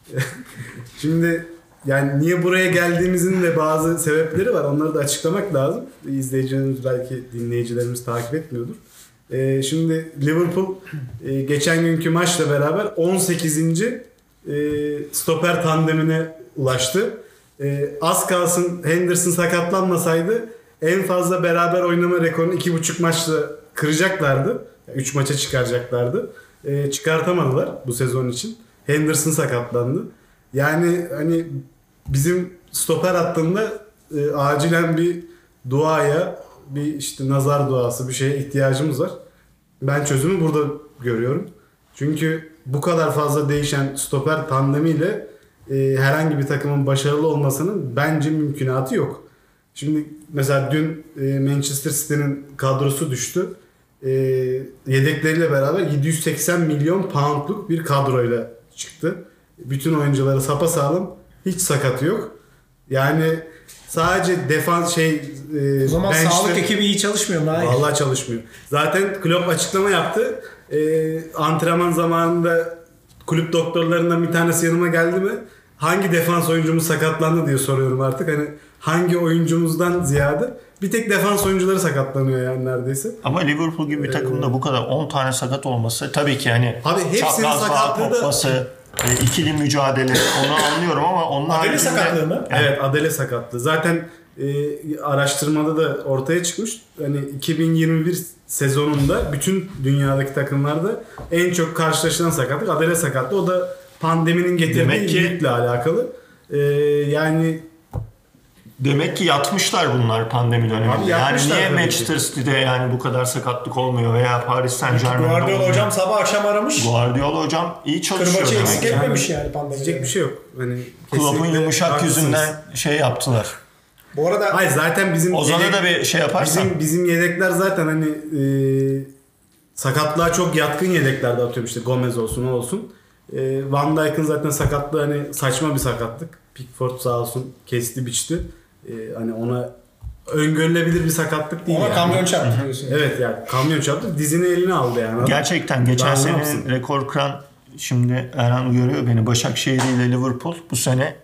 Şimdi yani niye buraya geldiğimizin de bazı sebepleri var. Onları da açıklamak lazım. İzleyicilerimiz belki dinleyicilerimiz takip etmiyordur. Ee, şimdi Liverpool e, geçen günkü maçla beraber on sekizinci E, stoper tandemine ulaştı. E, az kalsın Henderson sakatlanmasaydı en fazla beraber oynama rekorunu iki buçuk maçla kıracaklardı. üç maça çıkaracaklardı. E, çıkartamadılar bu sezon için. Henderson sakatlandı. Yani hani bizim stoper hattında e, acilen bir duaya, bir işte nazar duası bir şeye ihtiyacımız var. Ben çözümü burada görüyorum. Çünkü bu kadar fazla değişen stoper tandemiyle e, herhangi bir takımın başarılı olmasının bence mümkünatı yok. Şimdi mesela dün e, Manchester City'nin kadrosu düştü. E, yedekleriyle beraber yedi yüz seksen milyon poundluk bir kadroyla çıktı. Bütün oyuncuları sapasağlam, hiç sakatı yok. Yani sadece defans şey e, O zaman bench'te- sağlık ekibi iyi çalışmıyor mu? Hayır. Vallahi çalışmıyor. Zaten Klopp açıklama yaptı. Ee, antrenman zamanında kulüp doktorlarından bir tanesi yanıma geldi mi? Hangi defans oyuncumuz sakatlandı diye soruyorum artık. Hani hangi oyuncumuzdan ziyade bir tek defans oyuncuları sakatlanıyor yani neredeyse. Ama Liverpool gibi bir takımda bu kadar on tane sakat olması tabii ki hani Abi hepsinin çapraz bağ sakatlığı da- kopması, e, ikili mücadele onu anlıyorum ama onun Adele haricinde- sakatlığı mı? Evet, Adele sakatlığı. Zaten e, araştırmada da ortaya çıkmış. Hani iki bin yirmi bir sezonunda bütün dünyadaki takımlarda en çok karşılaşılan sakatlık Adele sakatlığı. O da pandeminin getirdiği Demek ki- yükle alakalı. E, yani Demek ki yatmışlar bunlar pandemi döneminde. Abi Yani yatmışlar niye tabii ki. Manchester City'de yani bu kadar sakatlık olmuyor veya Paris Saint Germain'de Guardiola olmuyor? hocam sabah akşam aramış. Guardiola hocam iyi çalışıyor Kırbaçı demek eksik ki. etmemiş yani pandemide. diyecek bir şey yok. Hani Klopp'un kesinlikle yumuşak haklısınız. yüzünden şey yaptılar. Bu arada Hayır zaten bizim Ozan'a yedek- da bir şey yaparsan. bizim bizim yedekler zaten hani e, sakatlığa çok yatkın yedeklerde atıyorum işte Gomez olsun o olsun. E, Van Dijk'ın zaten sakatlığı hani saçma bir sakatlık. Pickford sağ olsun kesti biçti. E, hani ona öngörülebilir bir sakatlık değil ona yani. kamyon çarptı diyorsun. Evet yani kamyon çarptı dizini eline aldı yani. Gerçekten geçen Daha ne senenin yapsın? rekor kıran, şimdi Erhan uyarıyor beni, Başakşehir ile Liverpool bu sene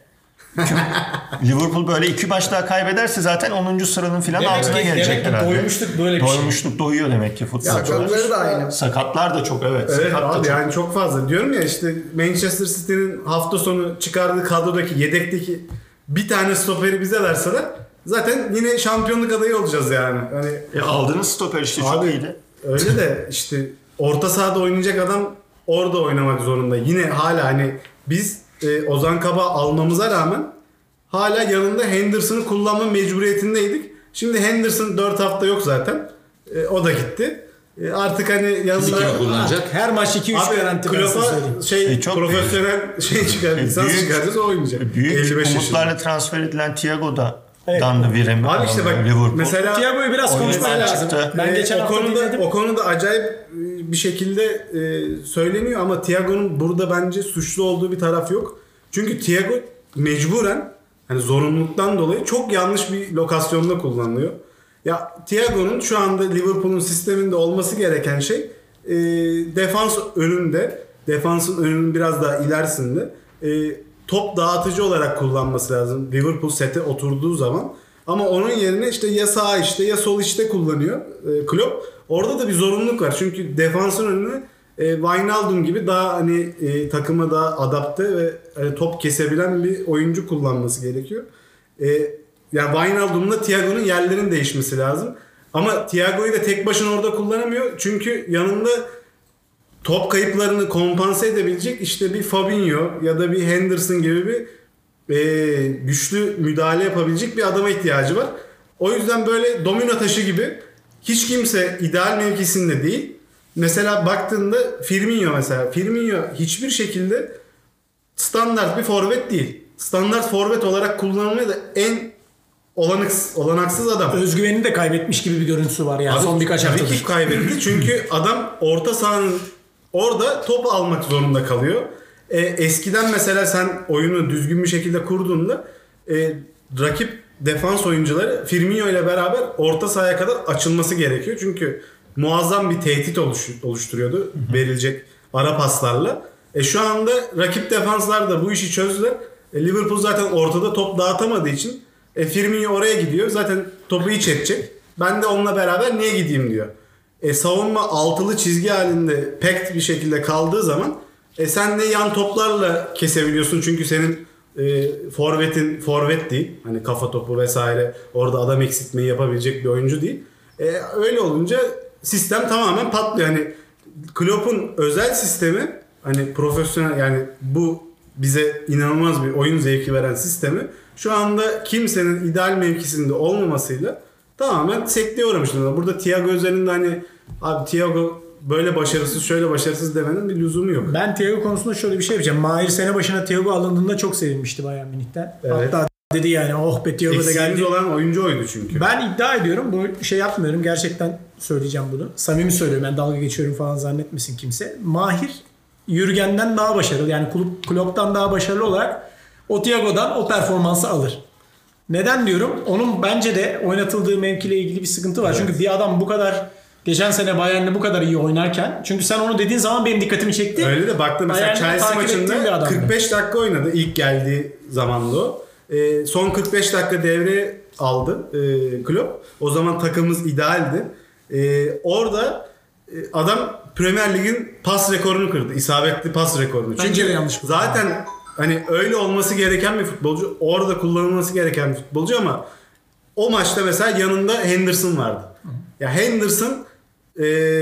iki- Liverpool böyle iki maç daha kaybederse zaten onuncu sıranın filan Demek altına ki, gelecek demek ki herhalde. doymuştuk böyle bir şey. Doymuşluk doyuyor demek ki futbolcular. Sakatları da aynı. Sakatlar da çok, evet. Evet Sakat da abi çok. yani çok fazla. Diyorum ya işte Manchester City'nin hafta sonu çıkardığı kadrodaki yedekteki bir tane stoperi bize verseler zaten yine şampiyonluk adayı olacağız yani. Hani E, aldığınız stoper işte çok Abi, iyiydi. öyle de işte orta sahada oynayacak adam orada oynamak zorunda. Yine hala hani biz e, Ozan Kabak almamıza rağmen hala yanında Henderson'ı kullanma mecburiyetindeydik. Şimdi Henderson dört hafta yok zaten. E, o da gitti. E, artık hani yanında Fizikini kullanacak. Her maç iki üç Abi garanti ben size Klopp'a söyleyeyim. şey E, çok profesyonel şey çıkar, lisans büyük- çıkaracağız o oynayacak. Büyük elli beş umutlarla yaşında. transfer edilen Thiago da Evet. dandı veremi. Abi işte bak Liverpool. mesela Thiago'yu biraz Oyundan konuşmak lazım. çıktı. Ben Ee, geçen o hafta konuda dinledim. o konuda acayip e, bir şekilde e, söyleniyor ama Thiago'nun burada bence suçlu olduğu bir taraf yok. Çünkü Thiago mecburen hani zorunluluktan dolayı çok yanlış bir lokasyonda kullanılıyor. Ya Thiago'nun şu anda Liverpool'un sisteminde olması gereken şey e, defans önünde, defansın önünün biraz daha ilerisinde e, top dağıtıcı olarak kullanması lazım. Liverpool sete oturduğu zaman. Ama onun yerine işte ya sağ işte ya sol işte kullanıyor e, Klopp. Orada da bir zorunluluk var. Çünkü defansın önüne e, Wijnaldum gibi daha hani e, takıma daha adapte ve e, top kesebilen bir oyuncu kullanması gerekiyor. E, yani Wijnaldum'la Thiago'nun yerlerinin değişmesi lazım. Ama Thiago'yu da tek başına orada kullanamıyor. Çünkü yanında top kayıplarını kompanse edebilecek işte bir Fabinho ya da bir Henderson gibi bir e, güçlü müdahale yapabilecek bir adama ihtiyacı var. O yüzden böyle domino taşı gibi hiç kimse ideal mevkisinde değil. Mesela baktığında Firmino mesela. Firmino hiçbir şekilde standart bir forvet değil. Standart forvet olarak kullanılmaya da en olanaksız, olanaksız adam. Özgüvenini de kaybetmiş gibi bir görüntüsü var yani Abi, son birkaç tabii haftadır. ki kaybetti çünkü adam orta sahanın orada top almak zorunda kalıyor. E, eskiden mesela sen oyunu düzgün bir şekilde kurduğunda e, rakip defans oyuncuları Firmino ile beraber orta sahaya kadar açılması gerekiyor. Çünkü muazzam bir tehdit oluş, oluşturuyordu verilecek ara paslarla. E, şu anda rakip defanslar da bu işi çözdüler. E, Liverpool zaten ortada top dağıtamadığı için e, Firmino oraya gidiyor. Zaten topu iç edecek. Ben de onunla beraber niye gideyim diyor. E, savunma altılı çizgi halinde packed bir şekilde kaldığı zaman e, sen de yan toplarla kesebiliyorsun. Çünkü senin e, forvetin forvet değil. Hani kafa topu vesaire orada adam eksiltmeyi yapabilecek bir oyuncu değil. E, öyle olunca sistem tamamen patlıyor. Hani Klopp'un özel sistemi hani profesyonel yani bu bize inanılmaz bir oyun zevki veren sistemi şu anda kimsenin ideal mevkisinde olmamasıyla tamamen sekteye uğramış durumda. Burada Thiago üzerinde hani abi Thiago böyle başarısız şöyle başarısız demenin bir lüzumu yok. Ben Thiago konusunda şöyle bir şey yapacağım. Mahir sene başına Thiago alındığında çok sevinmişti Bayern Münih'ten. Evet. Hatta dedi yani oh be Thiago da Eksiğimiz geldi. olan oyuncu oydu çünkü. Ben iddia ediyorum. Bu şey yapmıyorum. Gerçekten söyleyeceğim bunu. Samimi söylüyorum. Ben dalga geçiyorum falan zannetmesin kimse. Mahir Jürgen'den daha başarılı. Yani kulüp, Klopp'tan daha başarılı olarak o Thiago'dan o performansı alır. Neden diyorum? Onun bence de oynatıldığı mevkiyle ilgili bir sıkıntı var. Evet. Çünkü bir adam bu kadar geçen sene Bayern'de bu kadar iyi oynarken çünkü sen onu dediğin zaman benim dikkatimi çekti. Öyle de baktım mesela Bayern'de Chelsea maçında kırk beş dakika oynadı ilk geldiği zamanda o. Ee, son kırk beş dakika devre aldı e, Klopp. O zaman takımımız idealdi. E, orada e, adam Premier Lig'in pas rekorunu kırdı. İsabetli pas rekorunu. Bence Çünkü de yanlış. zaten hani öyle olması gereken bir futbolcu. Orada kullanılması gereken bir futbolcu ama o maçta mesela yanında Henderson vardı. Hı. Ya Henderson e,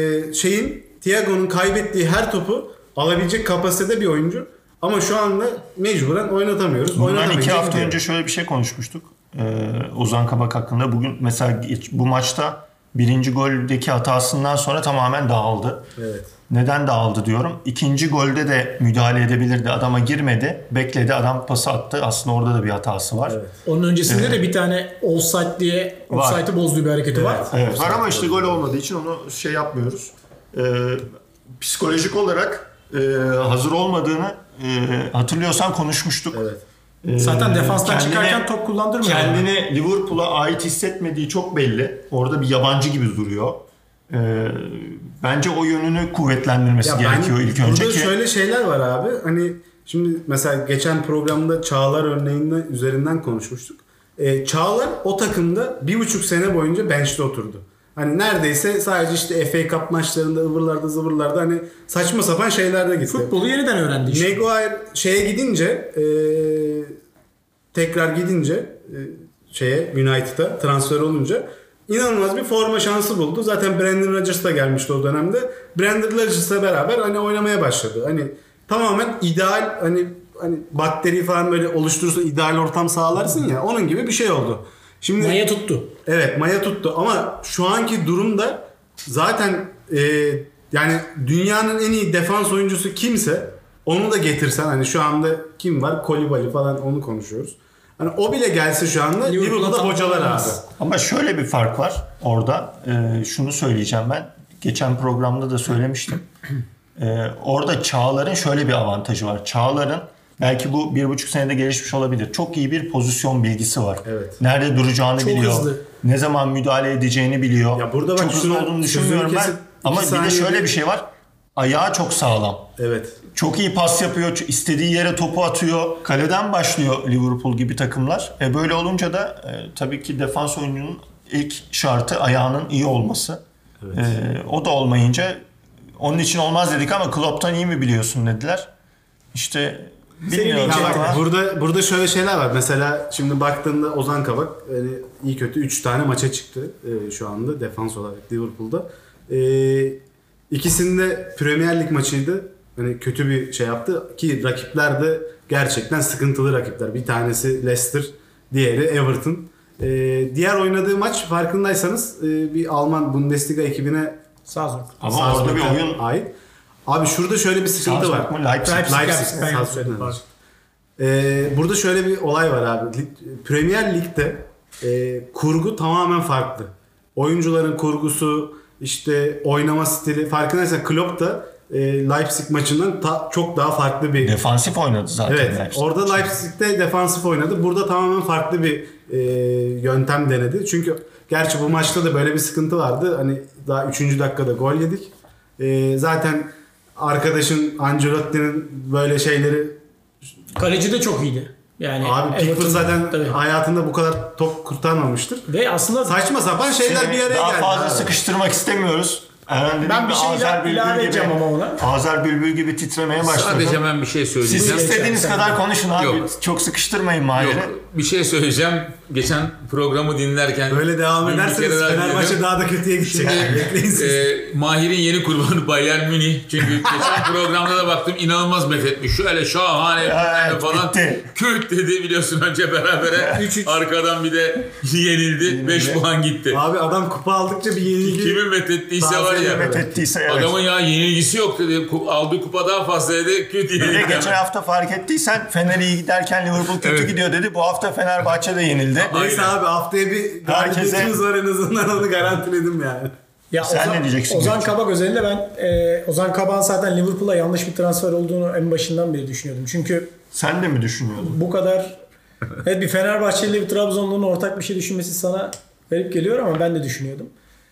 şeyin Thiago'nun kaybettiği her topu alabilecek kapasitede bir oyuncu. Ama şu anda mecburen oynatamıyoruz. Bundan iki hafta önce şöyle bir şey konuşmuştuk. Ee, Ozan Kabak hakkında. Bugün mesela bu maçta birinci goldeki hatasından sonra tamamen dağıldı. Evet. Neden dağıldı diyorum. İkinci golde de müdahale edebilirdi. Adama girmedi. Bekledi. Adam pası attı. Aslında orada da bir hatası var. Evet. Onun öncesinde evet. de bir tane offside diye offside'ı bozduğu bir hareketi evet. var. Evet. Var ama işte gol olmadığı için onu şey yapmıyoruz. Ee, psikolojik olarak e, hazır olmadığını e, hatırlıyorsan konuşmuştuk. Evet. Ee, Zaten defanstan kendine, çıkarken top kullandırmıyor. Kendini yani. Liverpool'a ait hissetmediği çok belli. Orada bir yabancı gibi duruyor. Ee, bence o yönünü kuvvetlendirmesi ya gerekiyor ilk önce burada ki. Şöyle şeyler var abi. Hani şimdi mesela geçen programda Çağlar örneğinden üzerinden konuşmuştuk. Ee, Çağlar o takımda bir buçuk sene boyunca bench'te oturdu. Hani neredeyse sadece işte F A Cup maçlarında, ıvırlarda, zıvırlarda hani saçma sapan şeylerde gitti. Futbolu yeniden öğrendi işte. Maguire şeye gidince e, tekrar gidince e, şeye United'a transfer olunca inanılmaz bir forma şansı buldu. Zaten Brendan Rodgers da gelmişti o dönemde. Brendan Rodgers'la beraber hani oynamaya başladı. Hani tamamen ideal hani hani bakteri falan böyle oluşturursun, ideal ortam sağlarsın ya onun gibi bir şey oldu. Şimdi Maya tuttu. evet Maya tuttu ama şu anki durumda zaten e, yani dünyanın en iyi defans oyuncusu kimse onu da getirsen hani şu anda kim var? Koulibaly falan onu konuşuyoruz. Hani o bile gelse şu anda Liverpool'da bocalar abi. Ama şöyle bir fark var orada. Ee, şunu söyleyeceğim ben. Geçen programda da söylemiştim. Ee, orada Çağlar'ın şöyle bir avantajı var. Çağlar'ın belki bu bir buçuk senede gelişmiş olabilir. Çok iyi bir pozisyon bilgisi var. Evet. Nerede duracağını Çok biliyor. hızlı. Ne zaman müdahale edeceğini biliyor. Ya burada bak çok hızlı şuna- olduğunu düşünmüyorum sözünü ben. kesip Ama iki bir de saniyede- şöyle bir şey var. Ayağı çok sağlam. Evet. Çok iyi pas yapıyor. istediği yere topu atıyor. Kaleden başlıyor Liverpool gibi takımlar. E böyle olunca da e, tabii ki defans oyuncunun ilk şartı ayağının iyi olması. Evet. E, o da olmayınca onun için olmaz dedik ama Klopp'tan iyi mi biliyorsun dediler. İşte bilmiyorum ilginç Ya bak, ama burada burada şöyle şeyler var. Mesela şimdi baktığında Ozan Kabak yani iyi kötü üç tane maça çıktı e, şu anda defans olarak Liverpool'da. E, ikisinde Premier Lig maçıydı. Hani kötü bir şey yaptı ki rakipler de gerçekten sıkıntılı rakipler. Bir tanesi Leicester, diğeri Everton. E, diğer oynadığı maç farkındaysanız e, bir Alman Bundesliga ekibine Salzburg. ama orada bir Salzburg'a oyun ait. Abi şurada şöyle bir sıkıntı var. Salzburg mu Leipzig? Leipzig, Leipzig, Leipzig, ben Salzburg söyledim, oynadı. pardon. Ee, burada şöyle bir olay var abi. Lig- Premier Lig'de e, kurgu tamamen farklı. Oyuncuların kurgusu, işte oynama stili farkındaysan Klopp da e, Leipzig maçından ta- çok daha farklı bir. Defansif oynadı zaten. Evet. Leipzig. Orada Leipzig'te defansif oynadı. Burada tamamen farklı bir e, yöntem denedi. Çünkü gerçi bu maçta da böyle bir sıkıntı vardı. Hani daha üçüncü dakikada gol yedik. E, zaten arkadaşın Ancelotti'nin böyle şeyleri Kaleci de çok iyiydi. Yani Abi Pickford Everton- zaten tabii. hayatında bu kadar top kurtarmamıştır. Ve aslında Saçma sapan şeyler Seni bir araya daha geldi. fazla abi. sıkıştırmak istemiyoruz. Eren dedi Ben gibi bir şey Azer Bülbül ilave gibi- edeceğim ama ona. Azer Bülbül gibi titremeye başladı. Sadece ben bir şey Siz söyleyeceğim. istediğiniz Sen- kadar konuşun abi. Yok. Çok sıkıştırmayın Mahir'i. Yok, bir şey söyleyeceğim. Geçen programı dinlerken Böyle devam bir ederseniz kere daha Fenerbahçe dinledim. daha da kötüye gidecek. Bekleyin siz. e, Mahir'in yeni kurbanı Bayern Münih. Çünkü geçen programda da baktım inanılmaz methetmiş. Şöyle şahane Evet, falan. bitti. Kürt dedi biliyorsun önce berabere. üç üç. Arkadan bir de yenildi. beş puan gitti. Abi adam kupa aldıkça bir yenilgi. Kimi methettiyse var ya. Methettiyse evet. Adamın ya yenilgisi yok dedi. Ku- Aldığı kupa daha fazla dedi. Kürt Bir de yenildi. geçen hafta fark ettiysen Fener iyi giderken Liverpool kötü Evet. gidiyor dedi. Bu hafta Fenerbahçe de yenildi. Neyse Aynen. abi haftaya bir Herkese- galibiyetimiz var en azından onu garantiledim yani. Ya Sen Ozan, ne diyeceksin Ozan Gökçe? Kabak özelinde ben e, Ozan Kabak'ın zaten Liverpool'a yanlış bir transfer olduğunu en başından beri düşünüyordum. Çünkü Sen de mi düşünüyordun? bu kadar evet bir Fenerbahçeli bir Trabzonlu'nun ortak bir şey düşünmesi sana garip geliyor ama ben de düşünüyordum.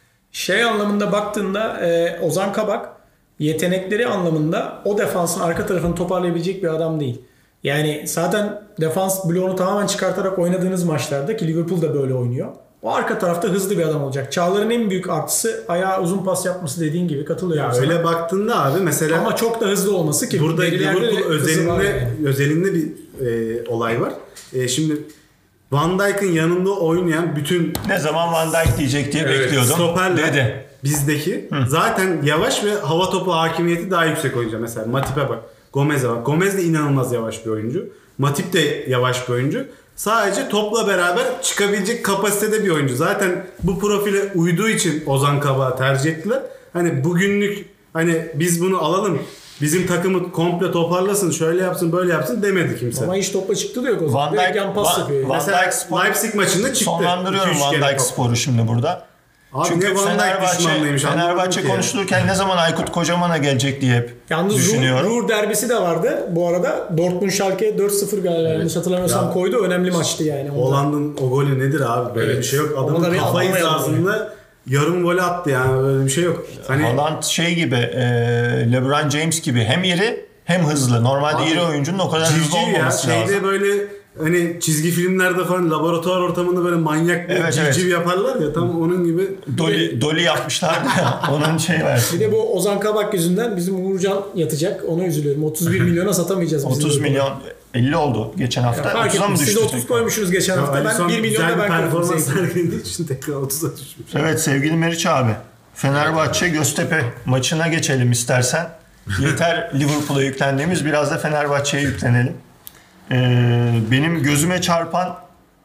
Şey anlamında baktığında e, Ozan Kabak yetenekleri anlamında o defansın arka tarafını toparlayabilecek bir adam değil. Yani zaten defans bloğunu tamamen çıkartarak oynadığınız maçlarda ki Liverpool da böyle oynuyor. O arka tarafta hızlı bir adam olacak. Çağlar'ın en büyük artısı ayağa uzun pas yapması dediğin gibi katılıyorum Ya sana. öyle baktığında abi mesela Ama çok da hızlı olması ki burada verilerde de Liverpool hızı var özelinde yani. özelinde bir e, olay var. E, şimdi Van Dijk'ın yanında oynayan bütün Ne zaman Van Dijk diyecek diye Evet, bekliyordum. stoperler Dedi. bizdeki zaten yavaş ve hava topu hakimiyeti daha yüksek oyuncu. Mesela Matip'e bak. Gomez'e bak. Gomez de inanılmaz yavaş bir oyuncu. Matip de yavaş bir oyuncu. Sadece topla beraber çıkabilecek kapasitede bir oyuncu. Zaten bu profile uyduğu için Ozan Kabak'ı tercih ettiler. Hani bugünlük hani biz bunu alalım. Bizim takımı komple toparlasın, şöyle yapsın, böyle yapsın demedi kimse. Ama hiç topla çıktı da yok o zaman. Van Direkt Dijk, yan pas Van, yapıyor. Van Mesela Dijk spor, Leipzig maçında çıktı. sonlandırıyorum iki üç Van kere Dijk top. sporu şimdi burada. Abi Çünkü ne Van Dijk Fenerbahçe, düşmanlıymış anlamadım Fenerbahçe ki. konuşulurken ne zaman Aykut Kocaman'a gelecek diye hep Yalnız Ruhr, düşünüyorum. Ruhr derbisi de vardı bu arada. Dortmund Schalke dört sıfır galiba yanlış hatırlamıyorsam Ya. koydu. Önemli maçtı yani. Onda. Hollanda'nın o golü nedir abi? Böyle Evet. bir şey yok. Onu da Adamın bir kafa anlamayalım hizasında yarım gol attı yani. Böyle bir şey yok. Hani Haaland şey gibi, e, LeBron James gibi hem iri hem hızlı. Normalde Abi, iri oyuncunun o kadar hızlı civciv ya. olmaması Şeyde lazım. böyle hani çizgi filmlerde falan laboratuvar ortamında böyle manyak bir Evet, civciv evet. yaparlar ya. Tam onun gibi. Dolly, Dolly yapmışlardı ya. Onun şey var. Bir de bu Ozan Kabak yüzünden bizim Uğurcan yatacak. Ona üzülüyorum. otuz bir milyona satamayacağız. biz otuz Liverpool'u. milyon elli oldu geçen hafta. Fark otuza mı etmiş. Siz düştü? otuz tekrar? koymuşsunuz geçen hafta. Ali Ben son bir milyonda güzel bir ben koydum. performans Sevdim. sergilediği için tekrar otuza düşmüş. Evet sevgili Meriç abi. Fenerbahçe Göztepe maçına geçelim istersen. Yeter Liverpool'a yüklendiğimiz biraz da Fenerbahçe'ye yüklenelim. Ee, benim gözüme çarpan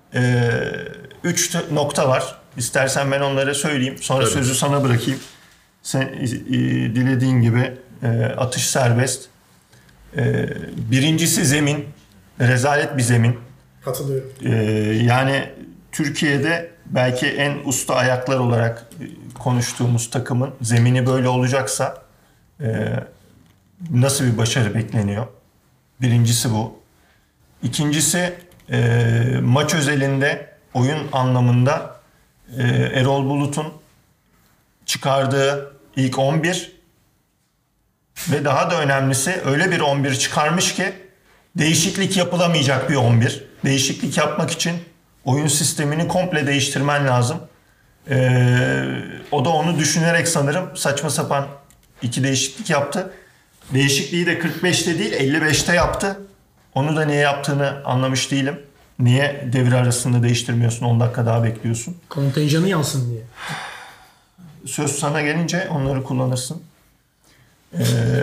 üç nokta var. İstersen ben onları söyleyeyim. Sonra Tabii. sözü sana bırakayım. Sen e, dilediğin gibi e, atış serbest. E, birincisi zemin. Rezalet bir zemin. Katılıyorum. E, yani Türkiye'de belki en usta ayaklar olarak konuştuğumuz takımın zemini böyle olacaksa e, nasıl bir başarı bekleniyor? Birincisi bu. İkincisi e, maç özelinde oyun anlamında e, Erol Bulut'un çıkardığı ilk on bir ve daha da önemlisi öyle bir on bir çıkarmış ki değişiklik yapılamayacak bir on bir. Değişiklik yapmak için oyun sistemini komple değiştirmen lazım. Ee, o da onu düşünerek sanırım saçma sapan iki değişiklik yaptı. Değişikliği de kırk beşte değil elli beşte yaptı. Onu da niye yaptığını anlamış değilim. Niye devre arasında değiştirmiyorsun, on dakika daha bekliyorsun? Kontenjanı yansın diye. Söz sana gelince onları kullanırsın. Ee,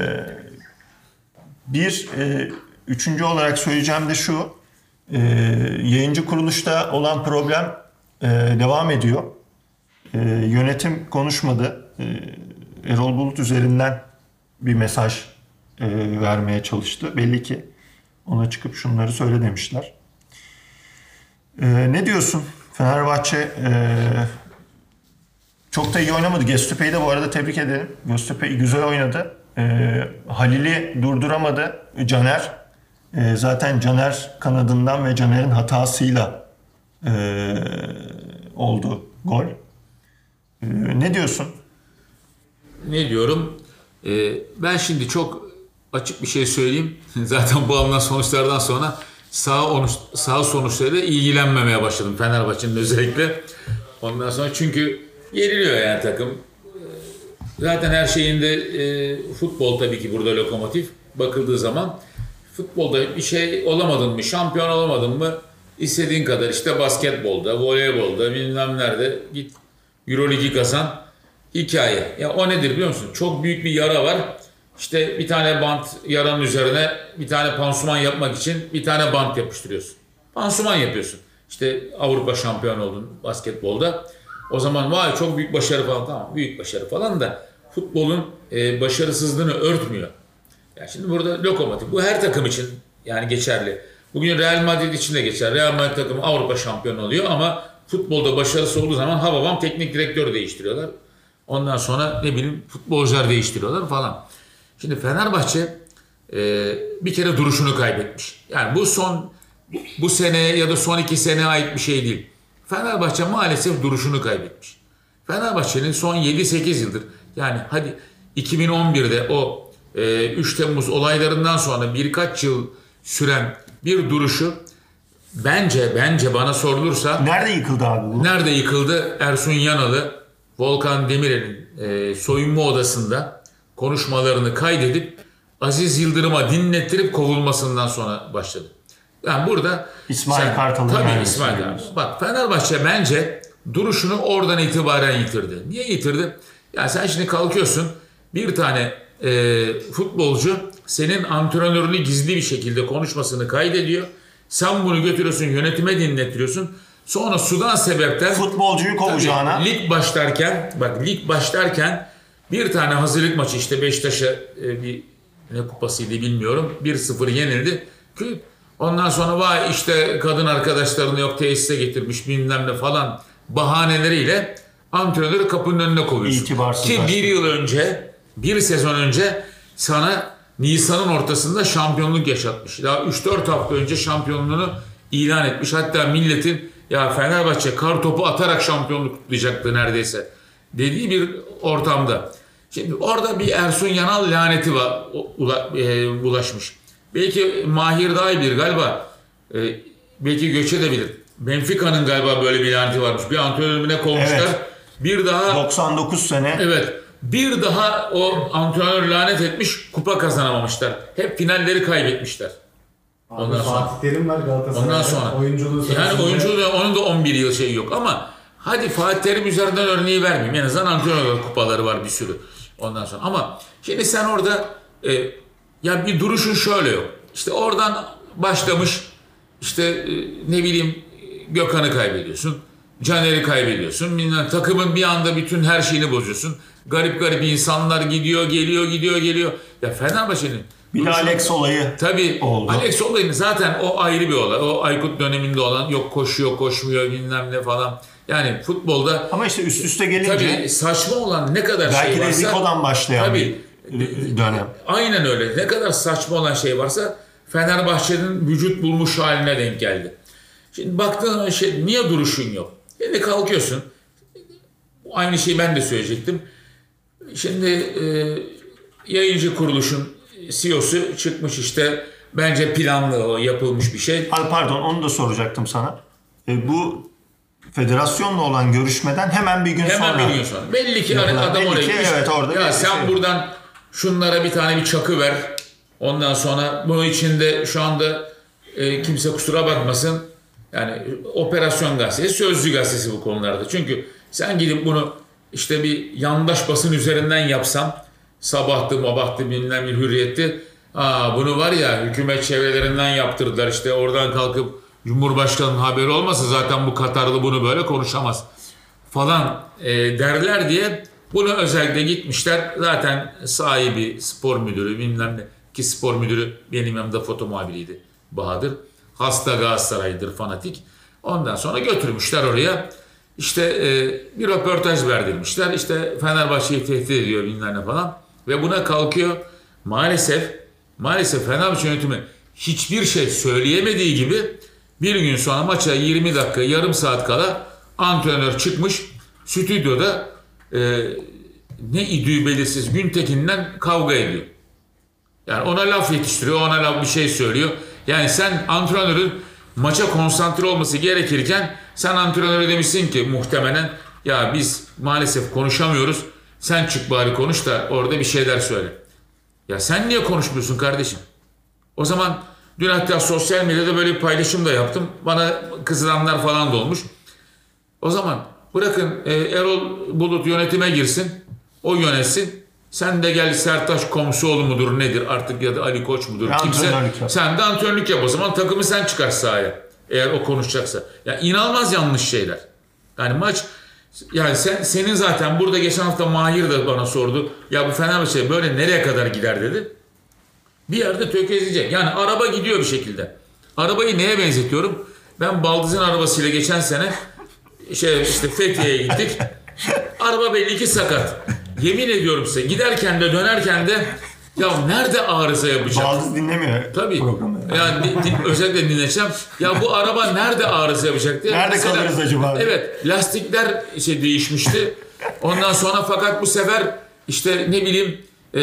bir, e, üçüncü olarak söyleyeceğim de şu. E, yayıncı kuruluşta olan problem e, devam ediyor. E, yönetim konuşmadı. E, Erol Bulut üzerinden bir mesaj e, vermeye çalıştı. Belli ki ona çıkıp şunları söyle demişler. E, ne diyorsun? Fenerbahçe e, çok da iyi oynamadı. Göztepe'yi de bu arada tebrik edelim. Göztepe güzel oynadı. Ee, Halil'i durduramadı Caner. Ee, zaten Caner kanadından ve Caner'in hatasıyla e, oldu gol. Ee, ne diyorsun? Ne diyorum? Ee, ben şimdi çok açık bir şey söyleyeyim. Zaten bu alınan sonuçlardan sonra sağ, onu, sağ sonuçlarıyla ilgilenmemeye başladım. Fenerbahçe'nin özellikle. Ondan sonra çünkü yeniliyor yani takım. Zaten her şeyinde e, futbol tabii ki burada lokomotif. Bakıldığı zaman futbolda bir şey olamadın mı, şampiyon olamadın mı istediğin kadar işte basketbolda, voleybolda bilmem nerede git Euroligi kazan hikaye. Ya o nedir biliyor musun? Çok büyük bir yara var. İşte bir tane bant yaranın üzerine bir tane pansuman yapmak için bir tane bant yapıştırıyorsun. Pansuman yapıyorsun. İşte Avrupa şampiyonu oldun basketbolda. O zaman vay çok büyük başarı falan, tamam büyük başarı falan da futbolun e, başarısızlığını örtmüyor. Yani şimdi burada lokomotif. Bu her takım için yani geçerli. Bugün Real Madrid için de geçer. Real Madrid takımı Avrupa şampiyonu oluyor ama futbolda başarısı olduğu zaman hababam teknik direktör değiştiriyorlar. Ondan sonra ne bileyim futbolcular değiştiriyorlar falan. Şimdi Fenerbahçe e, bir kere duruşunu kaybetmiş. Yani bu son bu sene ya da son iki seneye ait bir şey değil. Fenerbahçe maalesef duruşunu kaybetmiş. Fenerbahçe'nin son yedi sekiz yıldır yani hadi iki bin on birde o e, üç Temmuz olaylarından sonra birkaç yıl süren bir duruşu bence bence bana sorulursa Nerede yıkıldı abi bu? nerede yıkıldı? Ersun Yanalı, Volkan Demirel'in e, soyunma odasında konuşmalarını kaydedip Aziz Yıldırım'a dinlettirip kovulmasından sonra başladı. Yani burada İsmail Kartal'ın tabii gelmesi İsmail diyoruz. Kartal. Bak Fenerbahçe bence duruşunu oradan itibaren yitirdi. Niye yitirdi? Yani sen şimdi kalkıyorsun bir tane e, futbolcu senin antrenörünü gizli bir şekilde konuşmasını kaydediyor. Sen bunu götürüyorsun yönetime dinletiyorsun. Sonra sudan sebepten Futbolcuyu kovacağına. tabii, lig başlarken bak lig başlarken bir tane hazırlık maçı işte Beşiktaş'a e, bir ne kupasıydı bilmiyorum bir sıfır yenildi. Ondan sonra vay işte kadın arkadaşlarını yok tesise getirmiş bilmem ne falan bahaneleriyle antrenörü kapının önüne koyuyorsun. İtibarsızlaştı. Ki bir yıl önce, bir sezon önce sana Nisan'ın ortasında şampiyonluk yaşatmış. Daha üç dört hafta önce şampiyonluğunu ilan etmiş. Hatta milletin ya Fenerbahçe kar topu atarak şampiyonluk kutlayacaktı neredeyse dediği bir ortamda. Şimdi orada bir Ersun Yanal laneti var, bulaşmış. Belki Mahir daha iyi bilir galiba. Ee, belki Göçe de bilir. Benfica'nın galiba böyle bir laneti varmış. Bir antrenörüne kovmuşlar. Evet. Bir daha doksan dokuz sene. evet. Bir daha o antrenör lanet etmiş. Kupa kazanamamışlar. Hep finalleri kaybetmişler. Ondan sonra Fatih Terim var Galatasaray'da. Ondan sonra oyunculuğu yani oyunculuğu da, onun da on bir yıl şeyi yok ama hadi Fatih Terim üzerinden örneği vermeyeyim. En azından antrenör kupaları var bir sürü. Ondan sonra ama şimdi sen orada e, ya bir duruşun şöyle yok. İşte oradan başlamış işte e, ne bileyim Gökhan'ı kaybediyorsun. Caner'i kaybediyorsun. Bilmem, takımın bir anda bütün her şeyini bozuyorsun. Garip garip insanlar gidiyor, geliyor, gidiyor, geliyor. Ya Fenerbahçe'nin... Bir de Alex olayı tabii, oldu. Alex olayını zaten o ayrı bir olay. O Aykut döneminde olan yok koşuyor, koşmuyor bilmem ne falan. Yani futbolda... Ama işte üst üste gelince... Tabii saçma olan ne kadar şey belki varsa... Belki de Zico'dan başlayan tabii, bir dönem. Aynen öyle. Ne kadar saçma olan şey varsa Fenerbahçe'nin vücut bulmuş haline denk geldi. Şimdi baktığın şey, niye duruşun yok? Şimdi kalkıyorsun. Aynı şeyi ben de söyleyecektim. Şimdi e, yayıncı kuruluşun C E O'su çıkmış işte, bence planlı o yapılmış bir şey. Abi pardon, onu da soracaktım sana. E, bu federasyonla olan görüşmeden hemen bir gün hemen sonra. Hemen bir gün sonra. Belli ki yapılan, adam belli oraya ki, gitmiş. evet, orada ya sen şey. buradan şunlara bir tane bir çakı ver. Ondan sonra bunun içinde şu anda e, kimse kusura bakmasın. Yani Operasyon Gazetesi, Sözcü Gazetesi bu konularda. Çünkü sen gidip bunu işte bir yandaş basın üzerinden yapsan, Sabah'tı, Mabahtı, bilmem bir Hürriyet'ti. Aa, bunu var ya hükümet çevrelerinden yaptırdılar, işte oradan kalkıp Cumhurbaşkanı'nın haberi olmasa zaten bu Katarlı bunu böyle konuşamaz falan e, derler diye bunu özellikle gitmişler. Zaten sahibi spor müdürü bilmem ne, ki spor müdürü benim yanımda foto muhabiriydi Bahadır. Hasta Galatasaray'dır, fanatik. Ondan sonra götürmüşler oraya. İşte e, bir röportaj verdirmişler. İşte Fenerbahçe'yi tehdit ediyor bilmem ne falan. Ve buna kalkıyor. Maalesef maalesef Fenerbahçe yönetimi hiçbir şey söyleyemediği gibi bir gün sonra maça yirmi dakika, yarım saat kala antrenör çıkmış stüdyoda e, ne idüğü belirsiz Güntekin'den kavga ediyor. Yani ona laf yetiştiriyor, ona laf bir şey söylüyor. Yani sen antrenörün maça konsantre olması gerekirken sen antrenöre demişsin ki muhtemelen ya biz maalesef konuşamıyoruz. Sen çık bari konuş da orada bir şeyler söyle. Ya sen niye konuşmuyorsun kardeşim? O zaman dün hatta sosyal medyada böyle bir paylaşım da yaptım. Bana kızılanlar falan da olmuş. O zaman bırakın e, Erol Bulut yönetime girsin. O yönetsin. Sen de gel Sertaç Komşuoğlu mudur nedir artık ya da Ali Koç mudur ya kimse. Yap. Sen de antrenörlük yap o zaman, takımı sen çıkar sahaya. Eğer o konuşacaksa. Ya inanılmaz yanlış şeyler. Yani maç, yani sen senin zaten burada geçen hafta Mahir de bana sordu. Ya bu Fenerbahçe böyle nereye kadar gider dedi. Bir yerde tökezleyecek. Yani araba gidiyor bir şekilde. Arabayı neye benzetiyorum? Ben Baldız'ın arabasıyla geçen sene şey işte Fethiye'ye gittik. Araba belli ki sakat. Yemin ediyorum size, giderken de dönerken de ya nerede arıza yapacak? Baldız dinlemiyor tabii programı. Yani din, din, özellikle dinleyeceğim. Ya bu araba nerede arıza yapacak diye. Nerede Mesela, kalırız acaba? Evet, lastikler şey değişmişti. Ondan sonra fakat bu sefer işte ne bileyim e,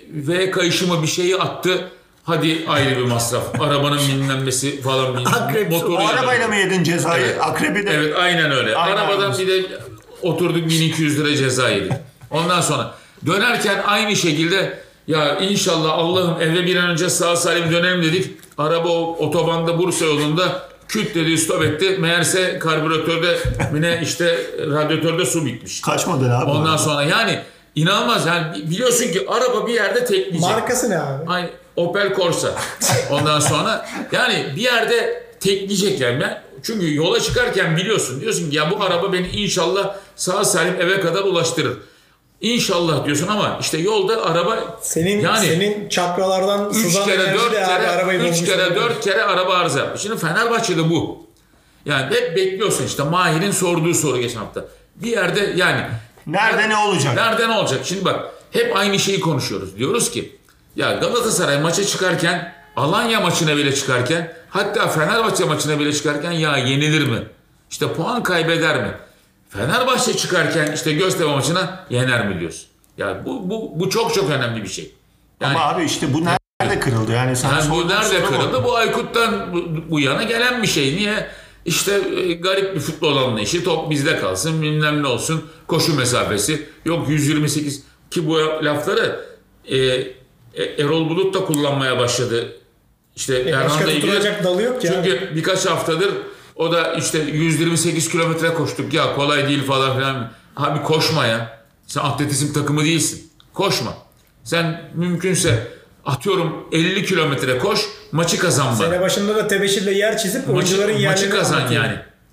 V kayışımı bir şeyi attı. Hadi ayrı bir masraf. Arabanın dinlenmesi falan. Akrep, motoru O arabayla mı yedin cezayı? Evet. Akrebi de. Evet, aynen öyle. Aynen Arabadan aynı. bir de oturduk, bin iki yüz lira ceza yedik. Ondan sonra dönerken aynı şekilde ya inşallah Allah'ım eve bir an önce sağ salim dönelim dedik. Araba otobanda Bursa yolunda küt dedi, stop etti. Meğerse karbüratörde yine işte radyatörde su bitmiş. Kaç model abi? Ondan sonra yani inanılmaz, yani biliyorsun ki araba bir yerde tekleyecek. Markası ne abi? Ay, Opel Corsa. Ondan sonra yani bir yerde tekleyecek yani. Ben, çünkü yola çıkarken biliyorsun, diyorsun ki ya bu araba beni inşallah sağ salim eve kadar ulaştırır. İnşallah diyorsun ama işte yolda araba Senin yani senin çakralardan üç sızan kere enerji dört de abi kere arabayı üç bozmuş kere olabilir. dört kere araba arıza yapmış. Şimdi Fenerbahçe'de bu. Yani hep bekliyorsun işte Mahir'in sorduğu soru geçen hafta. Bir yerde yani Nerede ne olacak? Nerede ne olacak? Şimdi bak hep aynı şeyi konuşuyoruz. Diyoruz ki ya Galatasaray maça çıkarken, Alanya maçına bile çıkarken, hatta Fenerbahçe maçına bile çıkarken ya yenilir mi? İşte puan kaybeder mi? Fenerbahçe çıkarken işte Göztepe maçına yener mi diyorsun? Ya bu bu bu çok çok önemli bir şey. Yani, Ama abi işte bu nerede kırıldı? Yani sana yani bu sorduğum nerede soru kırıldı? Bu Aykut'tan bu, bu yana gelen bir şey. Niye? İşte e, garip bir futbol anlayışı. Top bizde kalsın, bilmem ne olsun. Koşu mesafesi. Yok yüz yirmi sekiz ki bu lafları e, e, Erol Bulut da kullanmaya başladı. İşte E, başka Erhan'la ilgili. tutulacak dalı yok ki Çünkü abi. birkaç haftadır o da işte yüz yirmi sekiz kilometre koştuk ya kolay değil falan filan. Abi koşma ya. Sen atletizm takımı değilsin. Koşma. Sen mümkünse atıyorum elli kilometre koş, maçı kazan bana. Sene başında da tebeşirle yer çizip Maçı, oyuncuların maçı yerlerini kazan anlatıyor. yani.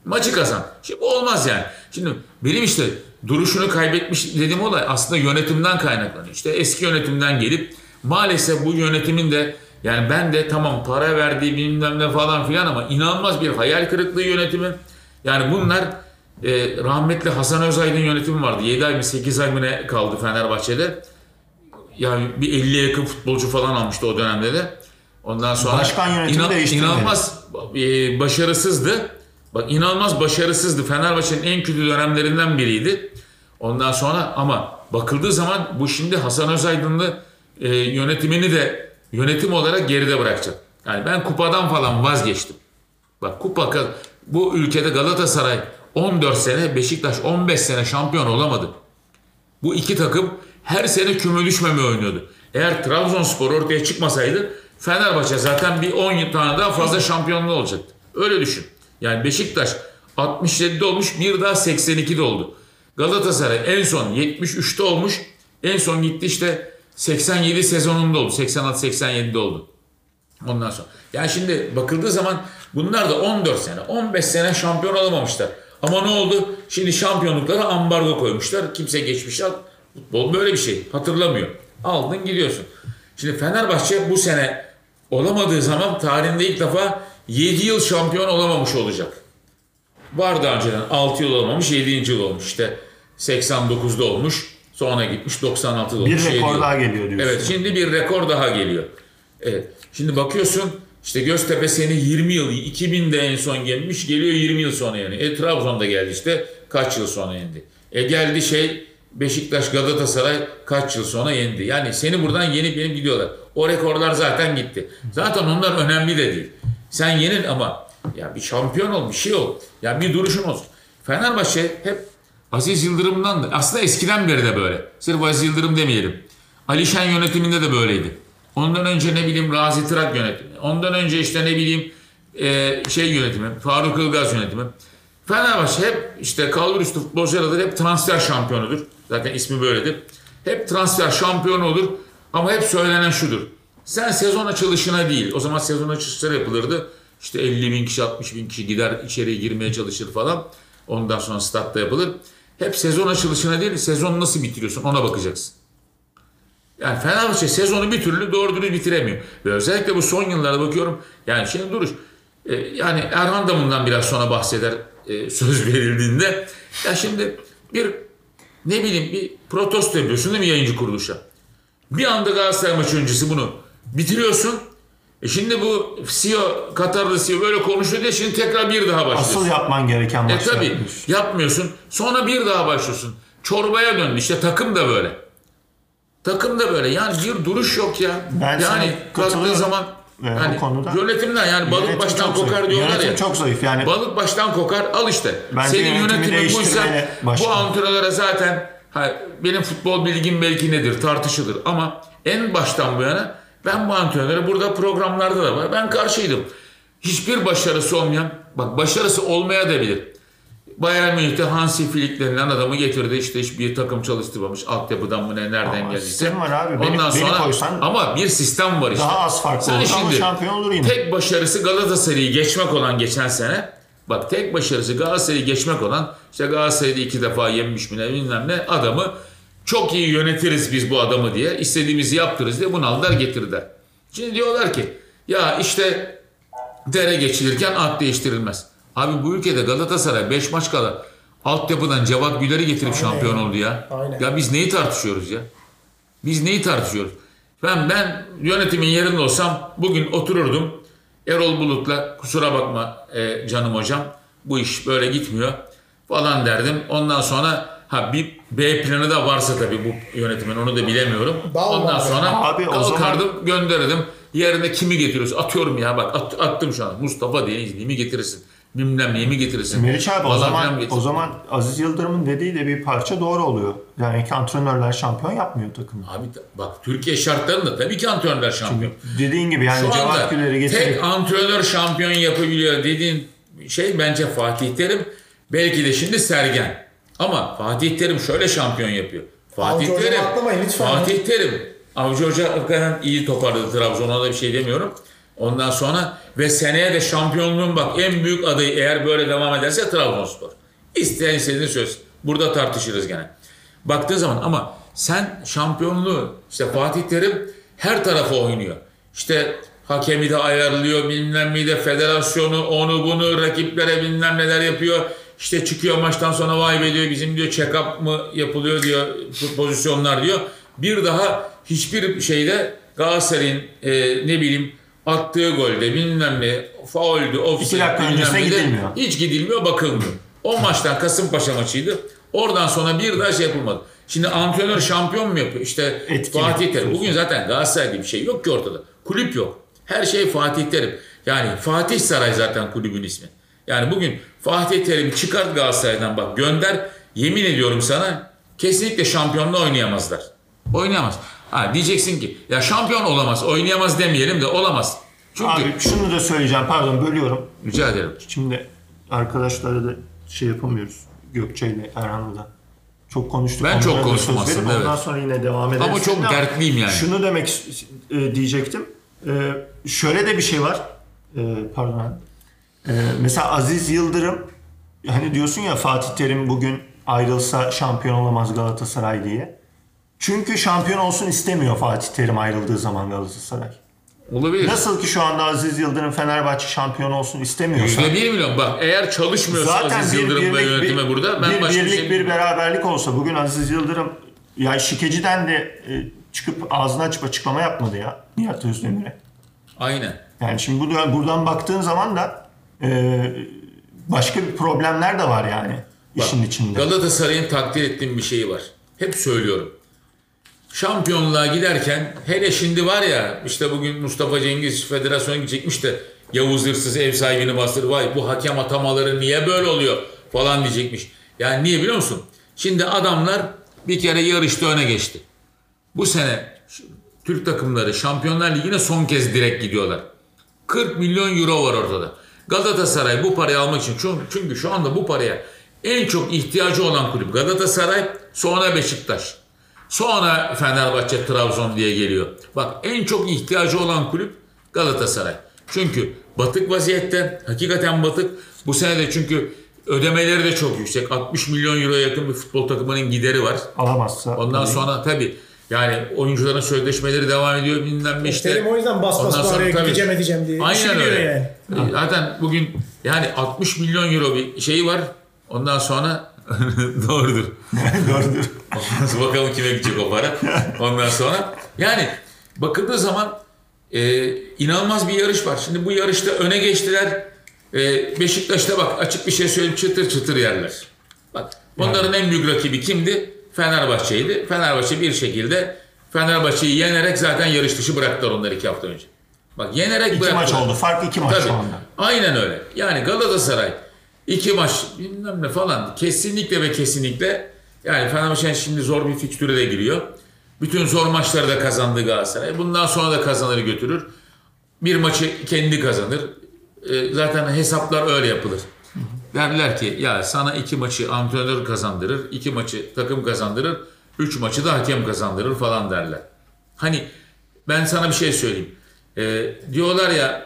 Maçı kazan. Şimdi bu olmaz yani. Şimdi benim işte duruşunu kaybetmiş dediğim olay aslında yönetimden kaynaklanıyor. İşte eski yönetimden gelip maalesef bu yönetimin de yani ben de tamam para verdiği bilmem ne falan filan ama inanılmaz bir hayal kırıklığı yönetimi. Yani bunlar e, rahmetli Hasan Özaydın yönetimi vardı. yedi ay mı sekiz ay mı ne kaldı Fenerbahçe'de. Yani bir elliye yakın futbolcu falan almıştı o dönemde de. Ondan sonra başkan yönetimi inan, değiştirmedi. inanılmaz e, başarısızdı. Bak inanılmaz başarısızdı. Fenerbahçe'nin en kötü dönemlerinden biriydi. Ondan sonra ama bakıldığı zaman bu şimdi Hasan Özaydın'lı e, yönetimini de yönetim olarak geride bırakacak. Yani ben kupadan falan vazgeçtim. Bak kupa bu ülkede Galatasaray on dört sene, Beşiktaş on beş sene şampiyon olamadı. Bu iki takım her sene küme düşmeme oynuyordu. Eğer Trabzonspor ortaya çıkmasaydı Fenerbahçe zaten bir on tane daha fazla şampiyonluğu olacaktı. Öyle düşün. Yani Beşiktaş altmış yedide olmuş, bir daha seksen ikide oldu. Galatasaray en son yetmiş üçte olmuş, en son gitti işte seksen yedi sezonunda oldu. seksen altı seksen yedide oldu. Ondan sonra. Yani şimdi bakıldığı zaman bunlar da on dört sene, on beş sene şampiyon olamamışlar. Ama ne oldu? Şimdi şampiyonluklara ambargo koymuşlar. Kimse geçmiş al. Futbol böyle bir şey. Hatırlamıyor. Aldın gidiyorsun. Şimdi Fenerbahçe bu sene olamadığı zaman tarihinde ilk defa yedi yıl şampiyon olamamış olacak. Var daha önceden altı yıl olmamış, yedinci yıl olmuş. İşte seksen dokuzda olmuş, sonra gitmiş doksan altıda olmuş. Bir rekor daha geliyor diyorsun. Evet, şimdi bir rekor daha geliyor. Evet. Şimdi bakıyorsun işte Göztepe seni yirmi yıl, iki binde en son gelmiş, geliyor yirmi yıl sonra yani. E Trabzon'da geldi işte kaç yıl sonra yendi. E geldi şey Beşiktaş, Galatasaray kaç yıl sonra yendi. Yani seni buradan yenip yenip gidiyorlar. O rekorlar zaten gitti. Zaten onlar önemli de değil. Sen yenil ama ya bir şampiyon ol, bir şey ol. Ya bir duruşun olsun. Fenerbahçe hep Aziz Yıldırım'dan da aslında eskiden beri de böyle. Sırf Aziz Yıldırım demeyelim. Alişen yönetiminde de böyleydi. Ondan önce ne bileyim Razi Trak yönetimi. Ondan önce işte ne bileyim e, şey yönetimi, Faruk Ilgaz yönetimi. Fenerbahçe hep işte kalburüstü futbolculardır, hep transfer şampiyonudur. Zaten ismi böyledir. Hep transfer şampiyonu olur ama hep söylenen şudur. Sen sezon açılışına değil, o zaman sezon açılışları yapılırdı. İşte elli bin kişi, altmış bin kişi gider içeriye girmeye çalışır falan. Ondan sonra statta yapılır. Hep sezon açılışına değil, sezonu nasıl bitiriyorsun ona bakacaksın. Yani Fenerbahçe sezonu bir türlü doğru dürüst bitiremiyor. Ve özellikle bu son yıllarda bakıyorum. Yani şimdi duruş. E, yani Erhan da bundan biraz sonra bahseder e, söz verildiğinde. Ya şimdi bir ne bileyim bir protesto yapıyorsun değil mi yayıncı kuruluşa? Bir anda Galatasaray maçı öncesi bunu bitiriyorsun. E şimdi bu C E O, Katarlı C E O böyle konuşuyor diye şimdi tekrar bir daha başlıyorsun. Asıl yapman gereken E maçlar. tabii yapmıyorsun. Sonra bir daha başlıyorsun. Çorbaya döndü. İşte takım da böyle. Takım da böyle. Yani bir duruş yok ya. Ben yani baktığı zaman e, yani o konuda. yönetimden yani balık Yönetim baştan çok kokar zayıf. diyorlar Yönetim ya. çok zayıf yani. Balık baştan kokar al işte. Bence Senin yönetimi yönetimin buysa değiştirmeyle bu başkan. antrenöre zaten ha, benim futbol bilgim belki nedir tartışılır ama en baştan bu yana ben bu antrenöre burada programlarda da var. Ben karşıydım. Hiçbir başarısı olmayan bak başarısı olmaya da bilir. Bayern Münih'te Hansi Flick denilen adamı getirdi işte hiçbir takım çalıştırmamış altyapıdan mı ne nereden Ama geldiyse. sistem var abi. Beni- Ondan beni sonra koysan ama bir sistem var işte. daha az farklı Sen olur ama şimdi şampiyon olur yine. tek başarısı Galatasaray'ı geçmek olan geçen sene bak tek başarısı Galatasaray'ı geçmek olan işte Galatasaray'da iki defa yenmiş mi ne bilmem ne adamı çok iyi yönetiriz biz bu adamı diye istediğimizi yaptırırız diye bunu aldılar getirdiler. Şimdi diyorlar ki ya işte dere geçilirken at değiştirilmez. Abi bu ülkede Galatasaray beş maç kala altyapıdan Cevat Güler'i getirip Aynen. şampiyon oldu ya. Aynen. Ya biz neyi tartışıyoruz ya? Biz neyi tartışıyoruz? Ben ben yönetimin yerinde olsam bugün otururdum. Erol Bulut'la kusura bakma e, canım hocam bu iş böyle gitmiyor falan derdim. Ondan sonra ha bir B planı da varsa tabii bu yönetimin onu da bilemiyorum. Dal Ondan var sonra Abi o kalkardım gönderirdim. Yerine kimi getiriyorsun? Atıyorum ya bak at, attım şu an. Mustafa Denizli'yi mi getirirsin? Bilmem neyi mi getirirsin? Meriç abi o Falan filan zaman, getirsin. o zaman Aziz Yıldırım'ın dediği de bir parça doğru oluyor. Yani ki antrenörler şampiyon yapmıyor takımı. Abi bak Türkiye şartlarında tabii ki antrenörler şampiyon. Dediğin gibi yani Şu anda Cevat Güler'i getirip tek antrenör şampiyon yapabiliyor dediğin şey bence Fatih Terim. Belki de şimdi Sergen. Ama Fatih Terim şöyle şampiyon yapıyor. Fatih Avcı Terim. hocam atlamayın lütfen. Fatih Terim. Avcı Hoca hakikaten iyi toparladı Trabzon'a da bir şey demiyorum. Ondan sonra ve seneye de şampiyonluğun bak en büyük adayı eğer böyle devam ederse Trabzonspor. İsteyen istediğini söz. Burada tartışırız gene. Baktığın zaman ama sen şampiyonluğu işte Fatih Terim her tarafa oynuyor. İşte hakemi de ayarlıyor, bilmem neyi de federasyonu, onu bunu rakiplere bilmem neler yapıyor. İşte çıkıyor maçtan sonra vay be diyor bizim diyor check-up mı yapılıyor diyor pozisyonlar diyor. Bir daha hiçbir şeyde Galatasaray'ın e, ne bileyim attığı golde bilmem ne fauldü, offside bilmem ne de hiç gidilmiyor bakılmıyor. O maçtan Kasımpaşa maçıydı. Oradan sonra bir daha şey yapılmadı. Şimdi antrenör şampiyon mu yapıyor? İşte etkili. Fatih Terim. Bugün zaten Galatasaray diye bir şey yok ki ortada. Kulüp yok. Her şey Fatih Terim. Yani Fatih Saray zaten kulübün ismi. Yani bugün Fatih Terim'i çıkart Galatasaray'dan bak gönder. Yemin ediyorum sana kesinlikle şampiyonla oynayamazlar. Oynayamaz. Ha diyeceksin ki ya şampiyon olamaz. Oynayamaz demeyelim de olamaz. Çünkü... Abi şunu da söyleyeceğim. Pardon bölüyorum. Rica ederim. Şimdi arkadaşlara da şey yapamıyoruz. Gökçe ile Erhan'la da. Çok konuştuk. Ben çok konuştum aslında. Ondan evet. sonra yine devam ederiz. Ama çok dertliyim yani. Şunu demek e, diyecektim. E, şöyle de bir şey var. E, pardon. E, mesela Aziz Yıldırım hani diyorsun ya Fatih Terim bugün ayrılsa şampiyon olamaz Galatasaray diye. Çünkü şampiyon olsun istemiyor Fatih Terim ayrıldığı zaman Galatasaray. Olabilir. Nasıl ki şu anda Aziz Yıldırım Fenerbahçe şampiyon olsun istemiyorsa. yüzde bir milyon. Bak eğer çalışmıyorsa zaten Aziz Yıldırım ve yönetimi bir, burada ben bir başka birlik bir şey... bir beraberlik olsa bugün Aziz Yıldırım ya şikeciden de e, çıkıp ağzını açıp açıklama yapmadı ya Nihat Özdemir'e. Aynen. Yani şimdi bu, buradan baktığın zaman da e, başka bir problemler de var yani Bak, işin içinde. Galatasaray'ın takdir ettiğim bir şeyi var. Hep söylüyorum. Şampiyonluğa giderken hele şimdi var ya işte bugün Mustafa Cengiz federasyona gidecekmiş de Yavuz Hırsız ev sahibini bastırır. Vay bu hakem atamaları niye böyle oluyor falan diyecekmiş. Yani niye biliyor musun? Şimdi adamlar bir kere yarışta öne geçti. Bu sene Türk takımları Şampiyonlar Ligi'ne son kez direkt gidiyorlar. kırk milyon euro var ortada. Galatasaray bu parayı almak için çünkü şu anda bu paraya en çok ihtiyacı olan kulüp Galatasaray, sonra Beşiktaş. Sonra Fenerbahçe, Trabzon diye geliyor. Bak en çok ihtiyacı olan kulüp Galatasaray. Çünkü batık vaziyette, hakikaten batık. Bu sene de çünkü ödemeleri de çok yüksek. altmış milyon euroya yakın bir futbol takımının gideri var. Alamazsa. Ondan tabii. sonra tabii yani oyuncuların sözleşmeleri devam ediyor bilmem ne işte. Terim o yüzden bas bas bağırıyor gideceğim edeceğim diye. Aynen öyle. Yani. Zaten bugün yani altmış milyon euro bir şeyi var. Ondan sonra doğrudur. Doğrudur. Bakalım kime gidecek o para. Ondan sonra yani bakıldığı zaman e, inanılmaz bir yarış var. Şimdi bu yarışta öne geçtiler. E, Beşiktaş'ta bak açık bir şey söyleyeyim çıtır çıtır yerler. Bak bunların en büyük rakibi kimdi? Fenerbahçe'ydi. Fenerbahçe bir şekilde Fenerbahçe'yi yenerek zaten yarış dışı bıraktılar onları iki hafta önce. Bak yenerek iki bıraktılar. İki maç oldu. Fark iki maç Tabii. şu anda. Aynen öyle. Yani Galatasaray iki maç bilmem ne falan kesinlikle ve kesinlikle yani Fenerbahçe şimdi zor bir fikstüre de giriyor. Bütün zor maçları da kazandı Galatasaray. Bundan sonra da kazanır götürür. Bir maçı kendi kazanır. E, zaten hesaplar öyle yapılır. Derler ki ya sana iki maçı antrenör kazandırır, iki maçı takım kazandırır, üç maçı da hakem kazandırır falan derler. Hani ben sana bir şey söyleyeyim. E, diyorlar ya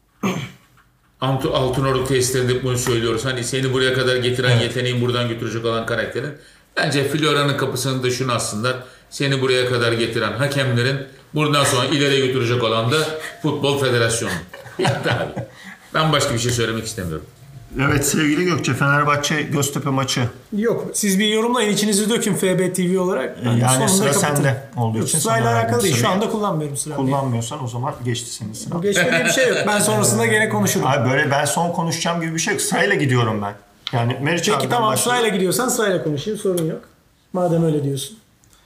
Altınordu testlerinde bunu söylüyoruz. Hani seni buraya kadar getiren evet. yeteneğin buradan götürecek olan karakterin. Bence Florya'nın kapısını da şunu assınlar. Seni buraya kadar getiren hakemlerin buradan sonra ileriye götürecek olan da Futbol Federasyonu. Bitti abi. Ben başka bir şey söylemek istemiyorum. Evet sevgili Gökçe, Fenerbahçe Göztepe maçı. Yok siz bir yorumlayın, içinizi dökün F B T V olarak. Yani, yani sıra kapatın. sende olduğu Yok, için. Sırayla alakalı değil. Şu anda kullanmıyorum sırayı. Kullanmıyorsan o zaman geçti senin sıra. Geçmediği bir şey yok. Ben sonrasında gene konuşurum. Abi böyle ben son konuşacağım gibi bir şey yok. Sırayla gidiyorum ben. Yani Meriç Peki tamam başlayalım. Sırayla gidiyorsan sırayla konuşayım. Sorun yok. Madem öyle diyorsun.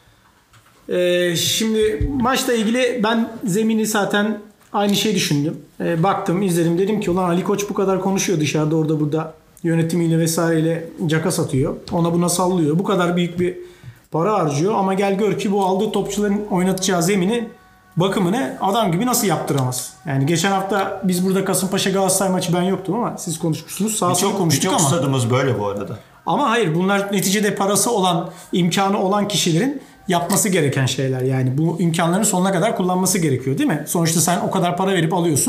Ee, şimdi maçla ilgili ben zemini zaten aynı şey düşündüm. Ee, baktım, izledim. Dedim ki ulan Ali Koç bu kadar konuşuyor dışarıda orada burada. Yönetimiyle vesaireyle caka satıyor. Ona buna sallıyor. Bu kadar büyük bir para harcıyor. Ama gel gör ki bu aldığı topçuların oynatacağı zemini bakımını adam gibi nasıl yaptıramaz? Yani geçen hafta biz burada Kasımpaşa Galatasaray maçı ben yoktum ama siz konuşmuştunuz. Sağ sol konuştuk ama. Birçok stadımız böyle bu arada. Ama hayır bunlar neticede parası olan, imkanı olan kişilerin yapması gereken şeyler. Yani bu imkanların sonuna kadar kullanması gerekiyor değil mi? Sonuçta sen o kadar para verip alıyorsun.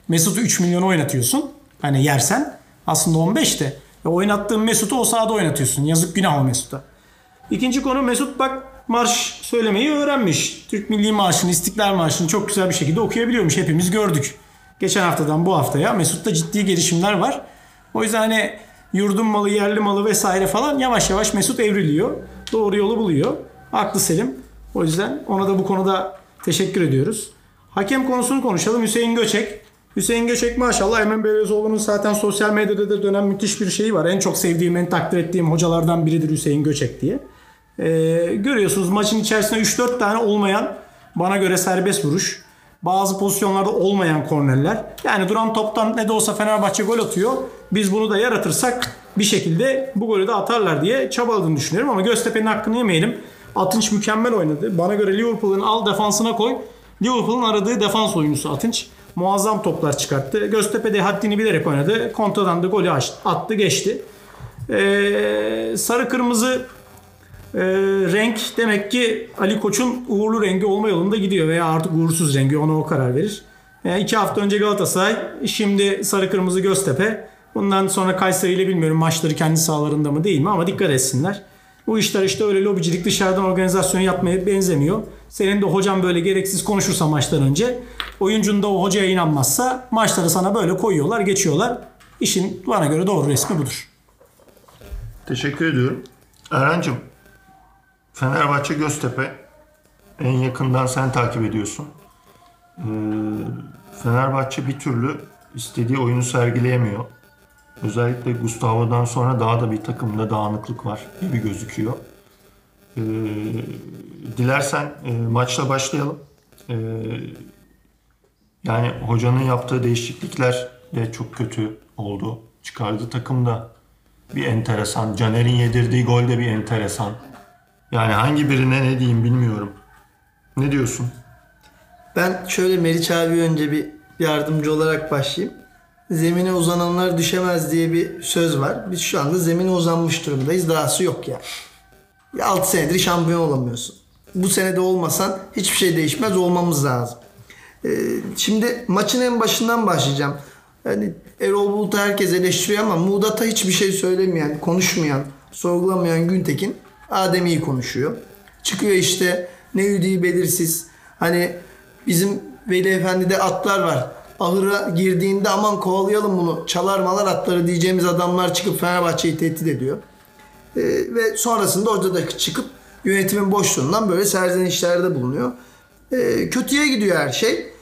Mesut'u üç milyon oynatıyorsun. Hani yersen aslında on beşte. E oynattığın Mesut'u o sahada oynatıyorsun. Yazık günah o Mesut'a. İkinci konu, Mesut bak marş söylemeyi öğrenmiş. Türk Milli Marşı'nı, İstiklal Marşı'nı çok güzel bir şekilde okuyabiliyormuş. Hepimiz gördük. Geçen haftadan bu haftaya Mesut'ta ciddi gelişimler var. O yüzden hani yurdun malı, yerli malı vesaire falan yavaş yavaş Mesut evriliyor. Doğru yolu buluyor. Aklı selim. O yüzden ona da bu konuda teşekkür ediyoruz. Hakem konusunu konuşalım. Hüseyin Göçek. Hüseyin Göçek maşallah Emre Belözoğlu'nun zaten sosyal medyada da dönen müthiş bir şeyi var. En çok sevdiğim, en takdir ettiğim hocalardan biridir Hüseyin Göçek diye. Ee, görüyorsunuz maçın içerisinde üç dört tane olmayan, bana göre serbest vuruş. Bazı pozisyonlarda olmayan kornerler. Yani duran toptan ne de olsa Fenerbahçe gol atıyor. Biz bunu da yaratırsak bir şekilde bu golü de atarlar diye çabaladığını düşünüyorum. Ama Göztepe'nin hakkını yemeyelim. Atınç mükemmel oynadı. Bana göre Liverpool'un al defansına koy. Liverpool'un aradığı defans oyuncusu Atınç. Muazzam toplar çıkarttı. Göztepe de haddini bilerek oynadı. Kontradan da golü attı, geçti. Ee, sarı kırmızı e, renk demek ki Ali Koç'un uğurlu rengi olma yolunda gidiyor veya artık uğursuz rengi, ona o karar verir. Yani iki hafta önce Galatasaray, şimdi sarı kırmızı Göztepe. Bundan sonra Kayseri ile bilmiyorum maçları kendi sahalarında mı değil mi, ama dikkat etsinler. Bu işler işte öyle lobicilik, dışarıdan organizasyon yapmaya benzemiyor. Senin de hocam böyle gereksiz konuşursa maçtan önce, oyuncun da o hocaya inanmazsa maçları sana böyle koyuyorlar, geçiyorlar. İşin bana göre doğru resmi budur. Teşekkür ediyorum. Erhan'cığım, Fenerbahçe Göztepe en yakından sen takip ediyorsun. Ee, Fenerbahçe bir türlü istediği oyunu sergileyemiyor. Özellikle Gustavo'dan sonra daha da bir takımda dağınıklık var gibi gözüküyor. Ee, dilersen e, maçla başlayalım. Ee, yani hocanın yaptığı değişiklikler de çok kötü oldu. Çıkardığı takım da bir enteresan. Caner'in yedirdiği gol de bir enteresan. Yani hangi birine ne diyeyim bilmiyorum. Ne diyorsun? Ben şöyle Meriç abi önce bir yardımcı olarak başlayayım. Zemine uzananlar düşemez diye bir söz var. Biz şu anda zemine uzanmış durumdayız. Dahası yok yani. Ya altı senedir şampiyon olamıyorsun. Bu sene de olmasan hiçbir şey değişmez, olmamız lazım. Ee, şimdi maçın en başından başlayacağım. Yani Erol Bulut'u herkes eleştiriyor ama Muğdat'a hiçbir şey söylemeyen, konuşmayan, sorgulamayan Güntekin Adem'iyi konuşuyor. Çıkıyor işte ne üdüğü belirsiz. Hani bizim Veli Efendi'de atlar var. Ahıra girdiğinde aman kovalayalım bunu, çalar malar atları diyeceğimiz adamlar çıkıp Fenerbahçe'yi tehdit ediyor. Ee, ve sonrasında orada da çıkıp yönetimin boşluğundan böyle serzenişlerde bulunuyor. Ee, kötüye gidiyor her şey.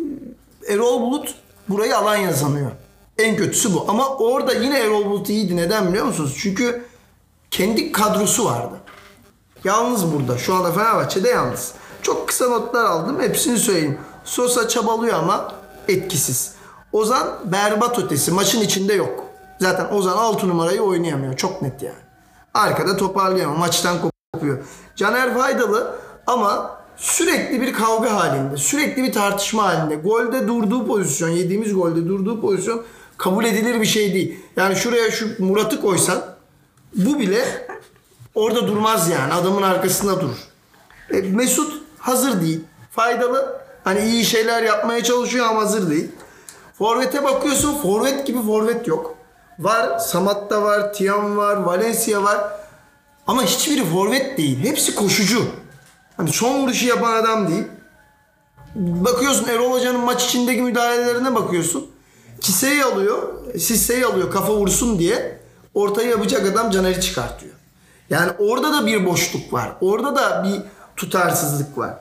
Erol Bulut burayı Alanya sanıyor. En kötüsü bu. Ama orada yine Erol Bulut iyiydi. Neden biliyor musunuz? Çünkü kendi kadrosu vardı. Yalnız burada. Şu anda Fenerbahçe'de yalnız. Çok kısa notlar aldım. Hepsini söyleyeyim. Sosa çabalıyor ama etkisiz. Ozan berbat ötesi. Maçın içinde yok. Zaten Ozan altı numarayı oynayamıyor. Çok net yani. Arkada toparlayamıyor. Maçtan kopuyor. Caner faydalı ama sürekli bir kavga halinde. Sürekli bir tartışma halinde. Golde durduğu pozisyon, yediğimiz golde durduğu pozisyon kabul edilir bir şey değil. Yani şuraya şu Murat'ı koysan bu bile orada durmaz yani. Adamın arkasında durur. E, Mesut hazır değil. Faydalı. Hani iyi şeyler yapmaya çalışıyor ama hazır değil. Forvet'e bakıyorsun. Forvet gibi forvet yok. Var. Samat'ta var. Tiam var. Valencia var. Ama hiçbiri forvet değil. Hepsi koşucu. Hani son vuruşu yapan adam değil. Bakıyorsun Erol Hoca'nın maç içindeki müdahalelerine bakıyorsun. Kiseyi alıyor. Sisseyi alıyor kafa vursun diye. Ortayı yapacak adam Caner'i çıkartıyor. Yani orada da bir boşluk var. Orada da bir tutarsızlık var.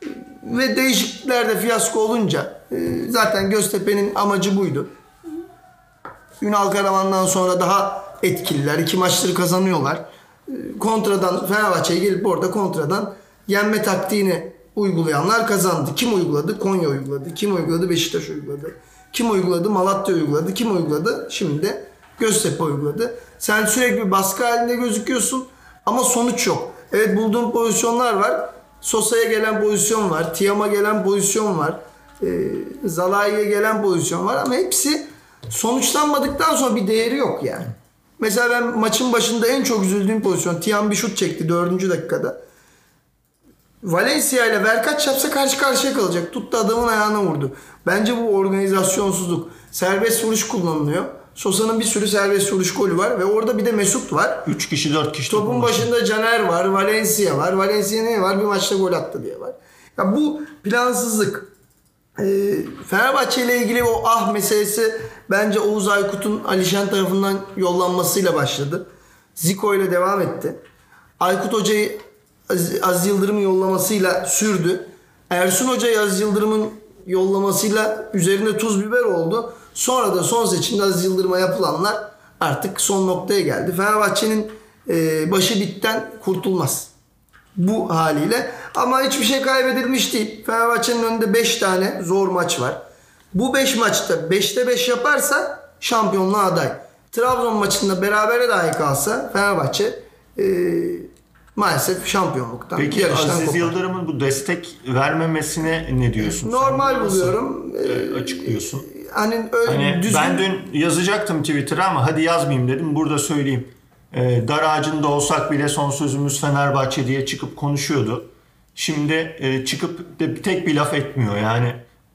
Ve değişikliklerde fiyasko olunca zaten Göztepe'nin amacı buydu. Ünal Karaman'dan sonra daha etkililer. İki maçları kazanıyorlar. Kontradan Fenerbahçe'ye gelip orada kontradan yenme taktiğini uygulayanlar kazandı. Kim uyguladı? Konya uyguladı. Kim uyguladı? Beşiktaş uyguladı. Kim uyguladı? Malatya uyguladı. Kim uyguladı? Şimdi de Göztepe uyguladı. Sen sürekli bir baskı halinde gözüküyorsun ama sonuç yok. Evet, bulduğun pozisyonlar var. Sosa'ya gelen pozisyon var. Tiam'a gelen pozisyon var. E, Zalai'ye gelen pozisyon var ama hepsi sonuçlanmadıktan sonra bir değeri yok yani. Mesela ben maçın başında en çok üzüldüğüm pozisyon, Tiam bir şut çekti dördüncü dakikada. Valencia ile Verkaç yapsa karşı karşıya kalacak. Tuttu adamın ayağına vurdu. Bence bu organizasyonsuzluk. Serbest vuruş kullanılıyor. Sosa'nın bir sürü serbest vuruş golü var ve orada bir de Mesut var. üç kişi dört kişi Topun topun başında Caner var, Valencia var. Valencia ne var? Bir maçta gol attı diye var. Ya bu plansızlık. Ee, Fenerbahçe ile ilgili o ah meselesi bence Oğuz Aykut'un Alişan tarafından yollanmasıyla başladı. Zico ile devam etti. Aykut Hoca'yı Aziz, Aziz Yıldırım'ın yollamasıyla sürdü. Ersun Hoca'yı Aziz Yıldırım'ın yollamasıyla üzerine tuz biber oldu. Sonra da son seçimde Aziz Yıldırım'a yapılanlar artık son noktaya geldi. Fenerbahçe'nin e, başı bitten kurtulmaz. Bu haliyle. Ama hiçbir şey kaybedilmiş değil. Fenerbahçe'nin önünde beş tane zor maç var. Bu beş maçta beşte beş yaparsa şampiyonluğa aday. Trabzon maçında berabere dahi kalsa Fenerbahçe e, maalesef şampiyonluktan Peki yarıştan Aziz kopar. Yıldırım'ın bu destek vermemesine ne diyorsun? Normal Sen nasıl, buluyorum. e, açıklıyorsun. Hani öyle Hani düzgün... ben dün yazacaktım Twitter'a ama hadi yazmayayım dedim. Burada söyleyeyim. E, dar ağacında olsak bile son sözümüz Fenerbahçe diye çıkıp konuşuyordu. Şimdi e, çıkıp de tek bir laf etmiyor. Yani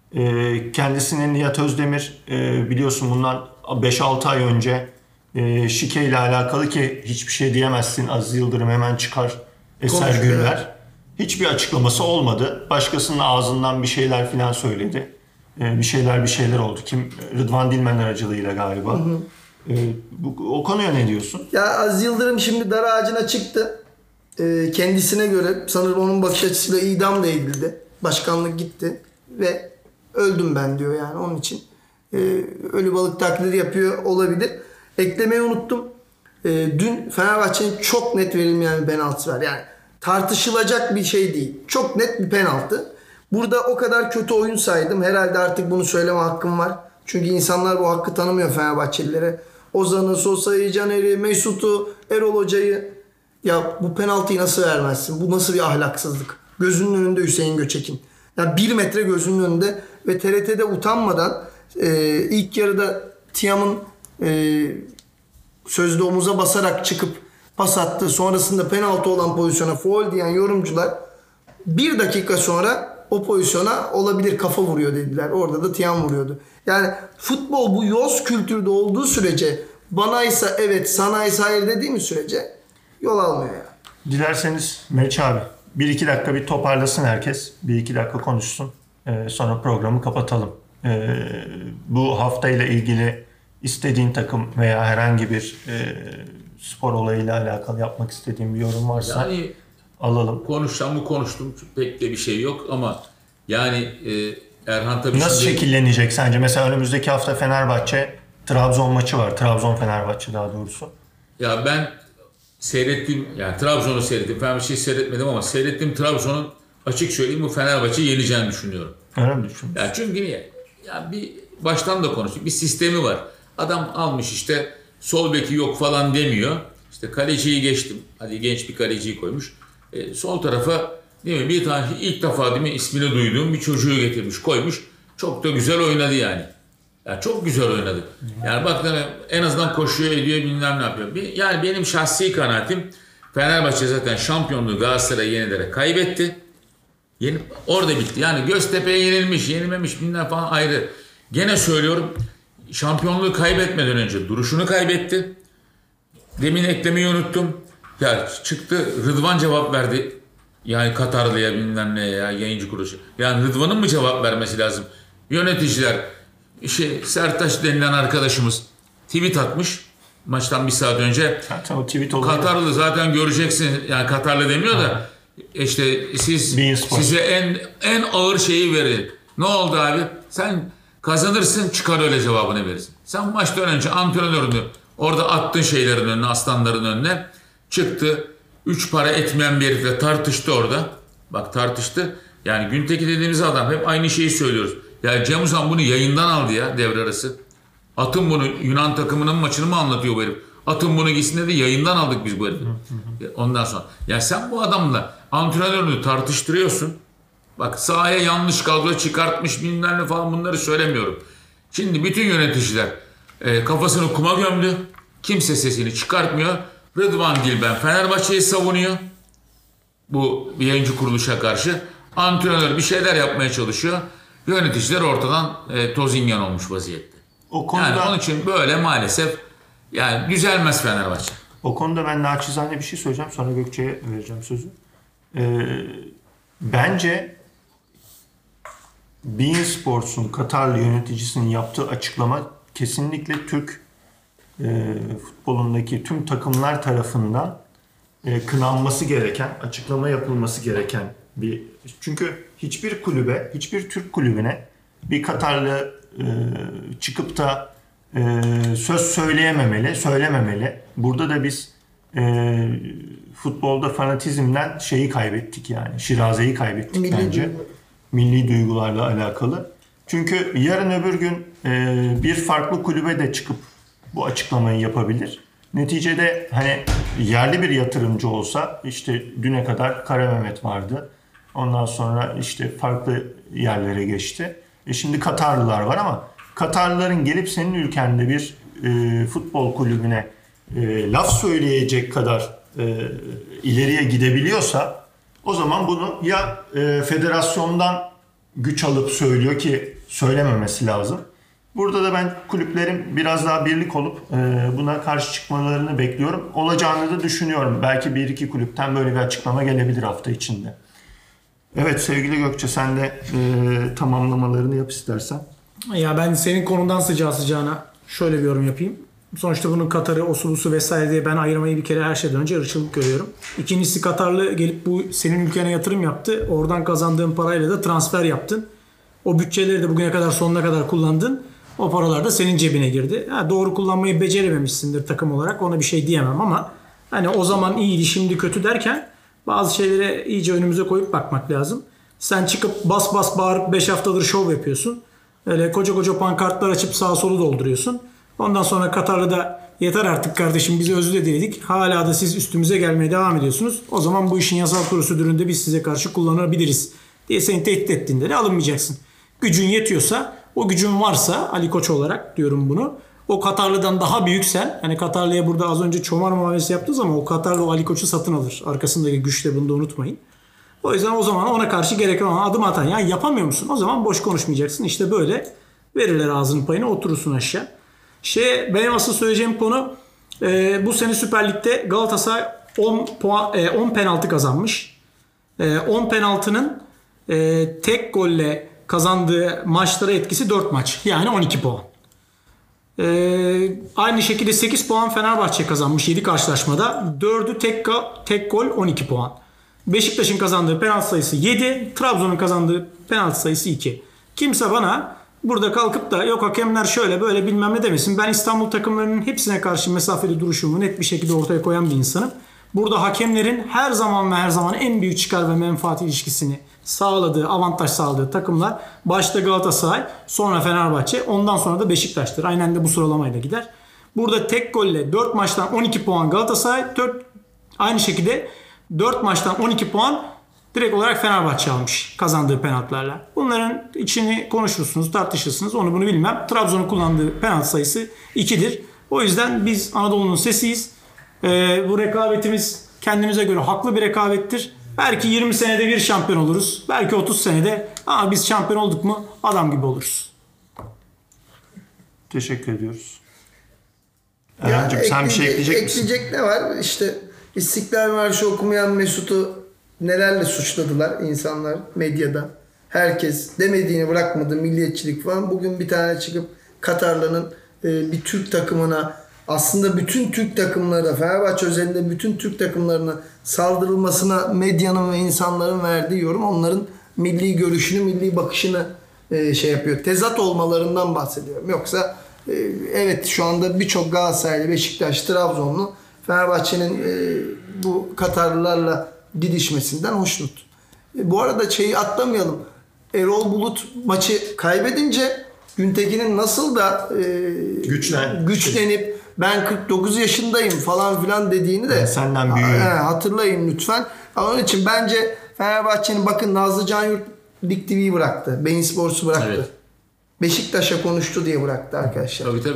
e, kendisinin Nihat Özdemir e, biliyorsun bundan beş altı ay önce e, şike ile alakalı ki hiçbir şey diyemezsin. Aziz Yıldırım hemen çıkar eser Konuşuyor, gürler. evet. Hiçbir açıklaması olmadı. Başkasının ağzından bir şeyler filan söyledi. E, bir şeyler bir şeyler oldu. Kim? Rıdvan Dilmen aracılığıyla galiba. Hı hı. E, bu, o konuya ne diyorsun? Ya Aziz Yıldırım şimdi dar ağacına çıktı. Ee, kendisine göre sanırım onun bakış açısıyla idam da edildi. Başkanlık gitti ve öldüm ben diyor yani onun için. Ee, ölü balık taklidi yapıyor olabilir. Eklemeyi unuttum. Ee, dün Fenerbahçe'nin çok net verilmeyen bir penaltısı var. Yani tartışılacak bir şey değil. Çok net bir penaltı. Burada o kadar kötü oyun saydım. Herhalde artık bunu söyleme hakkım var. Çünkü insanlar bu hakkı tanımıyor Fenerbahçelilere. Ozan'ı, Sosa'yı, Caner'i, Mesut'u, Erol Hoca'yı. Ya bu penaltıyı nasıl vermezsin? Bu nasıl bir ahlaksızlık? Gözünün önünde Hüseyin Göçek'in. Ya bir metre gözünün önünde ve T R T'de utanmadan e, ilk yarıda Tiam'ın e, sözde omuza basarak çıkıp pas attı. Sonrasında penaltı olan pozisyona faul diyen yorumcular bir dakika sonra o pozisyona olabilir kafa vuruyor dediler. Orada da Tiam vuruyordu. Yani futbol bu yoz kültürde olduğu sürece banaysa evet sanaysa hayır dediğimiz sürece yol almıyor yani. Dilerseniz Meriç abi bir iki dakika bir toparlasın herkes. Bir iki dakika konuşsun. Ee, sonra programı kapatalım. Ee, bu haftayla ilgili istediğin takım veya herhangi bir e, spor olayıyla alakalı yapmak istediğin bir yorum varsa Yani alalım. konuşsam mı konuştum pek de bir şey yok ama yani e, Erhan tabii Nasıl şimdi... şekillenecek sence? Mesela önümüzdeki hafta Fenerbahçe Trabzon maçı var. Trabzon Fenerbahçe daha doğrusu. Ya ben seyrettim yani Trabzon'u seyrettim. Fenerbahçe'yi seyretmedim ama seyrettiğim Trabzon'un açık söyleyeyim bu Fenerbahçe'yi yeneceğini düşünüyorum. Öyle mi düşünüyorsun? Ya çünkü niye? Ya bir baştan da konuştuk. Bir sistemi var. Adam almış işte sol beki yok falan demiyor. İşte kaleciyi geçtim. Hadi genç bir kaleciyi koymuş. E, sol tarafa değil mi? Bir tane ilk defa değil mi ismini duyduğum bir çocuğu getirmiş, koymuş. Çok da güzel oynadı yani. Ya çok güzel oynadı. Yani bak en azından koşuyor ediyor bilmem ne yapıyor. Bir, yani benim şahsi kanaatim Fenerbahçe zaten şampiyonluğu Galatasaray'a yenilerek kaybetti. Yeni, orada bitti. Yani Göztepe'ye yenilmiş, yenilmemiş bilmem falan ayrı. Gene söylüyorum şampiyonluğu kaybetmeden önce duruşunu kaybetti. Demin eklemeyi unuttum. Ya çıktı Rıdvan cevap verdi. Yani Katarlı'ya bilmem ne ya yayıncı kuruluşu. Yani Rıdvan'ın mı cevap vermesi lazım? Yöneticiler şey Sertaç denilen arkadaşımız tweet atmış maçtan bir saat önce. Zaten o tweet olayı. Katarlı zaten göreceksin. Yani Katarlı demiyor da ha. işte siz size en en ağır şeyi verin. Ne oldu abi? Sen kazanırsın çıkar öyle cevabını verirsin. Sen maçtan önce antrenörünü orada attın şeylerin önüne, aslanların önüne. Çıktı. Üç para etmeyen bir herifle tartıştı orada. Bak tartıştı. Yani Güntekin dediğimiz adam hep aynı şeyi söylüyoruz. Ya Cem Uzan bunu yayından aldı ya devre arası. Atın bunu Yunan takımının maçını mı anlatıyor bu herif? Atın bunu gitsin dedi yayından aldık biz bu herifi. Ondan sonra. Ya sen bu adamla antrenörünü tartıştırıyorsun. Bak sahaya yanlış kadro çıkartmış bilmem ne falan bunları söylemiyorum. Şimdi bütün yöneticiler e, kafasını kuma gömdü. Kimse sesini çıkartmıyor. Rıdvan Dilben Fenerbahçe'yi savunuyor. bu yayıncı kuruluşa karşı. Antrenör bir şeyler yapmaya çalışıyor. Yöneticiler ortadan e, toz imyan olmuş vaziyette. O konuda, yani onun için böyle maalesef yani düzelmez Fenerbahçe. O konuda ben naçizane bir şey söyleyeceğim. Sonra Gökçe'ye vereceğim sözü. Ee, bence beIN Sports'un Katarlı yöneticisinin yaptığı açıklama kesinlikle Türk e, futbolundaki tüm takımlar tarafından e, kınanması gereken, açıklama yapılması gereken bir... Çünkü hiçbir kulübe, hiçbir Türk kulübüne bir Katarlı e, çıkıp da e, söz söyleyememeli, söylememeli. Burada da biz e, futbolda fanatizmden şeyi kaybettik yani. Şirazeyi kaybettik Milli bence. duygu. Milli duygularla alakalı. Çünkü yarın öbür gün e, bir farklı kulübe de çıkıp bu açıklamayı yapabilir. Neticede hani yerli bir yatırımcı olsa işte düne kadar Kara Mehmet vardı. Ondan sonra işte farklı yerlere geçti. E şimdi Katarlılar var ama Katarlıların gelip senin ülkende bir e, futbol kulübüne e, laf söyleyecek kadar e, ileriye gidebiliyorsa o zaman bunu ya e, federasyondan güç alıp söylüyor ki söylememesi lazım. Burada da ben kulüplerin biraz daha birlik olup e, buna karşı çıkmalarını bekliyorum. Olacağını da düşünüyorum. Belki bir iki kulüpten böyle bir açıklama gelebilir hafta içinde. Evet sevgili Gökçe sen de e, tamamlamalarını yap istersen. Ya ben senin konudan sıcağı sıcağına şöyle bir yorum yapayım. Sonuçta bunun Katar'ı, osulusu vesaire diye ben ayırmayı bir kere her şeyden önce ırkçılık görüyorum. İkincisi Katarlı gelip bu senin ülkene yatırım yaptı. Oradan kazandığın parayla da transfer yaptın. O bütçeleri de bugüne kadar sonuna kadar kullandın. O paralar da senin cebine girdi. Ha, doğru kullanmayı becerememişsindir takım olarak. Ona bir şey diyemem ama hani o zaman iyiydi şimdi kötü derken bazı şeylere iyice önümüze koyup bakmak lazım. Sen çıkıp bas bas bağırıp beş haftadır şov yapıyorsun. Öyle koca koca pankartlar açıp sağa solu dolduruyorsun. Ondan sonra Katarlı'da yeter artık kardeşim bizi özür diledik. Hala da siz üstümüze gelmeye devam ediyorsunuz. O zaman bu işin yasal prosedüründe biz size karşı kullanabiliriz diye seni tehdit ettiğinde de alınmayacaksın. Gücün yetiyorsa, o gücün varsa Ali Koç olarak diyorum bunu. O Katarlı'dan daha büyüksen, hani Katarlı'ya burada az önce çomar muamelesi yaptınız ama o Katarlı o Ali Koç'u satın alır. Arkasındaki güçle bunu da unutmayın. O yüzden o zaman ona karşı gereken adım atan yani yapamıyor musun? O zaman boş konuşmayacaksın. İşte böyle verirler ağzının payına oturursun aşağı. Şey, benim asıl söyleyeceğim konu e, bu sene Süper Lig'de Galatasaray on, puan, e, on penaltı kazanmış. E, on penaltının e, tek golle kazandığı maçlara etkisi dört maç. Yani on iki puan. Ee, aynı şekilde sekiz puan Fenerbahçe kazanmış yedi karşılaşmada. dördü tek, tek gol on iki puan. Beşiktaş'ın kazandığı penaltı sayısı yedi. Trabzon'un kazandığı penaltı sayısı iki. Kimse bana burada kalkıp da yok hakemler şöyle böyle bilmem ne demesin. Ben İstanbul takımlarının hepsine karşı mesafeli duruşumu net bir şekilde ortaya koyan bir insanım. Burada hakemlerin her zaman ve her zaman en büyük çıkar ve menfaat ilişkisini sağladığı, avantaj sağladığı takımlar başta Galatasaray, sonra Fenerbahçe, ondan sonra da Beşiktaş'tır. Aynen de bu sıralamayla gider. Burada tek golle dört maçtan on iki puan Galatasaray, dört, aynı şekilde dört maçtan on iki puan direkt olarak Fenerbahçe almış kazandığı penaltılarla. Bunların içini konuşursunuz, tartışırsınız. Onu bunu bilmem. Trabzon'un kullandığı penaltı sayısı ikidir. O yüzden biz Anadolu'nun sesiyiz. Ee, bu rekabetimiz kendimize göre haklı bir rekabettir. Belki yirmi senede bir şampiyon oluruz. Belki otuz senede ama biz şampiyon olduk mu adam gibi oluruz. Teşekkür ediyoruz. Erhan'cığım sen bir şey ekleyecek misin? Ekleyecek ne var? İşte İstiklal Marşı okumayan Mesut'u nelerle suçladılar insanlar medyada. Herkes demediğini bırakmadı milliyetçilik falan. Bugün bir tane çıkıp Katarlı'nın e, bir Türk takımına aslında bütün Türk takımları Fenerbahçe özelinde bütün Türk takımlarına saldırılmasına medyanın ve insanların verdiği yorum onların milli görüşünü, milli bakışını e, şey yapıyor. Tezat olmalarından bahsediyorum. Yoksa e, evet şu anda birçok Galatasaraylı, Beşiktaş, Trabzonlu Fenerbahçe'nin e, bu Katarlılarla didişmesinden hoşnut. E, bu arada şeyi atlamayalım. Erol Bulut maçı kaybedince Güntekin'in nasıl da e, Güçlen. güçlenip ben kırk dokuz yaşındayım falan filan dediğini de ben senden büyüğüm. hatırlayın lütfen. Onun için bence Fenerbahçe'nin bakın Nazlı Canyurt Lig T V'yi bıraktı. beIN Sports'u bıraktı. Evet. Beşiktaş'a konuştu diye bıraktı arkadaşlar. Tabii tabii.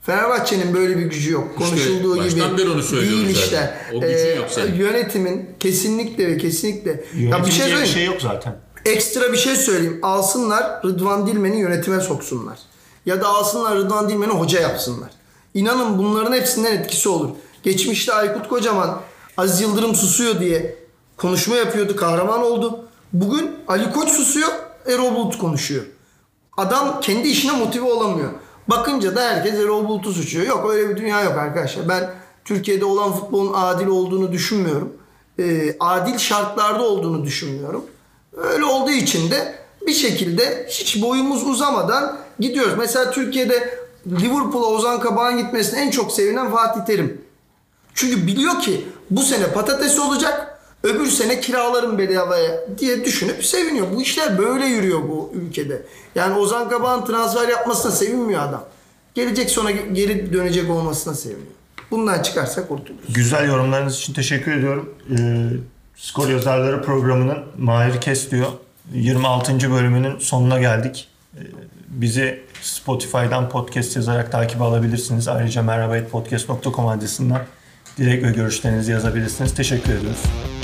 Fenerbahçe'nin böyle bir gücü yok. Konuşulduğu İşte gibi baştan beri onu söylüyorum değil zaten. işte. O gücün yok senin. Yönetimin kesinlikle ve kesinlikle. Ya bir şey Yönetim diye söyleyeyim. bir şey yok zaten. Ekstra bir şey söyleyeyim. Alsınlar Rıdvan Dilmen'i yönetime soksunlar. Ya da alsınlar Rıdvan Dilmen'i hoca yapsınlar. İnanın bunların hepsinden etkisi olur. Geçmişte Aykut Kocaman Aziz Yıldırım susuyor diye konuşma yapıyordu. Kahraman oldu. Bugün Ali Koç susuyor. Erol Bulut konuşuyor. Adam kendi işine motive olamıyor. Bakınca da herkes Erol Bulut'u suçuyor. Yok öyle bir dünya yok arkadaşlar. Ben Türkiye'de olan futbolun adil olduğunu düşünmüyorum. Ee, adil şartlarda olduğunu düşünmüyorum. Öyle olduğu için de bir şekilde hiç boyumuz uzamadan gidiyoruz. Mesela Türkiye'de Liverpool'a Ozan Kabak'ın gitmesine en çok sevinen Fatih Terim. Çünkü biliyor ki bu sene patates olacak, öbür sene kiralarım bedavaya diye düşünüp seviniyor. Bu işler böyle yürüyor bu ülkede. Yani Ozan Kabak'ın transfer yapmasına sevinmiyor adam. Gelecek sonra geri dönecek olmasına seviniyor. Bundan çıkarsa kurtuluruz. Güzel yorumlarınız için teşekkür ediyorum. Ee, Skor Yazarları programının Mahir Kes diyor. yirmi altıncı bölümünün sonuna geldik. Ee, bizi Spotify'dan podcast yazarak takip alabilirsiniz. Ayrıca merhaba et podcast nokta com adresinden dilek ve görüşlerinizi yazabilirsiniz. Teşekkür ediyoruz.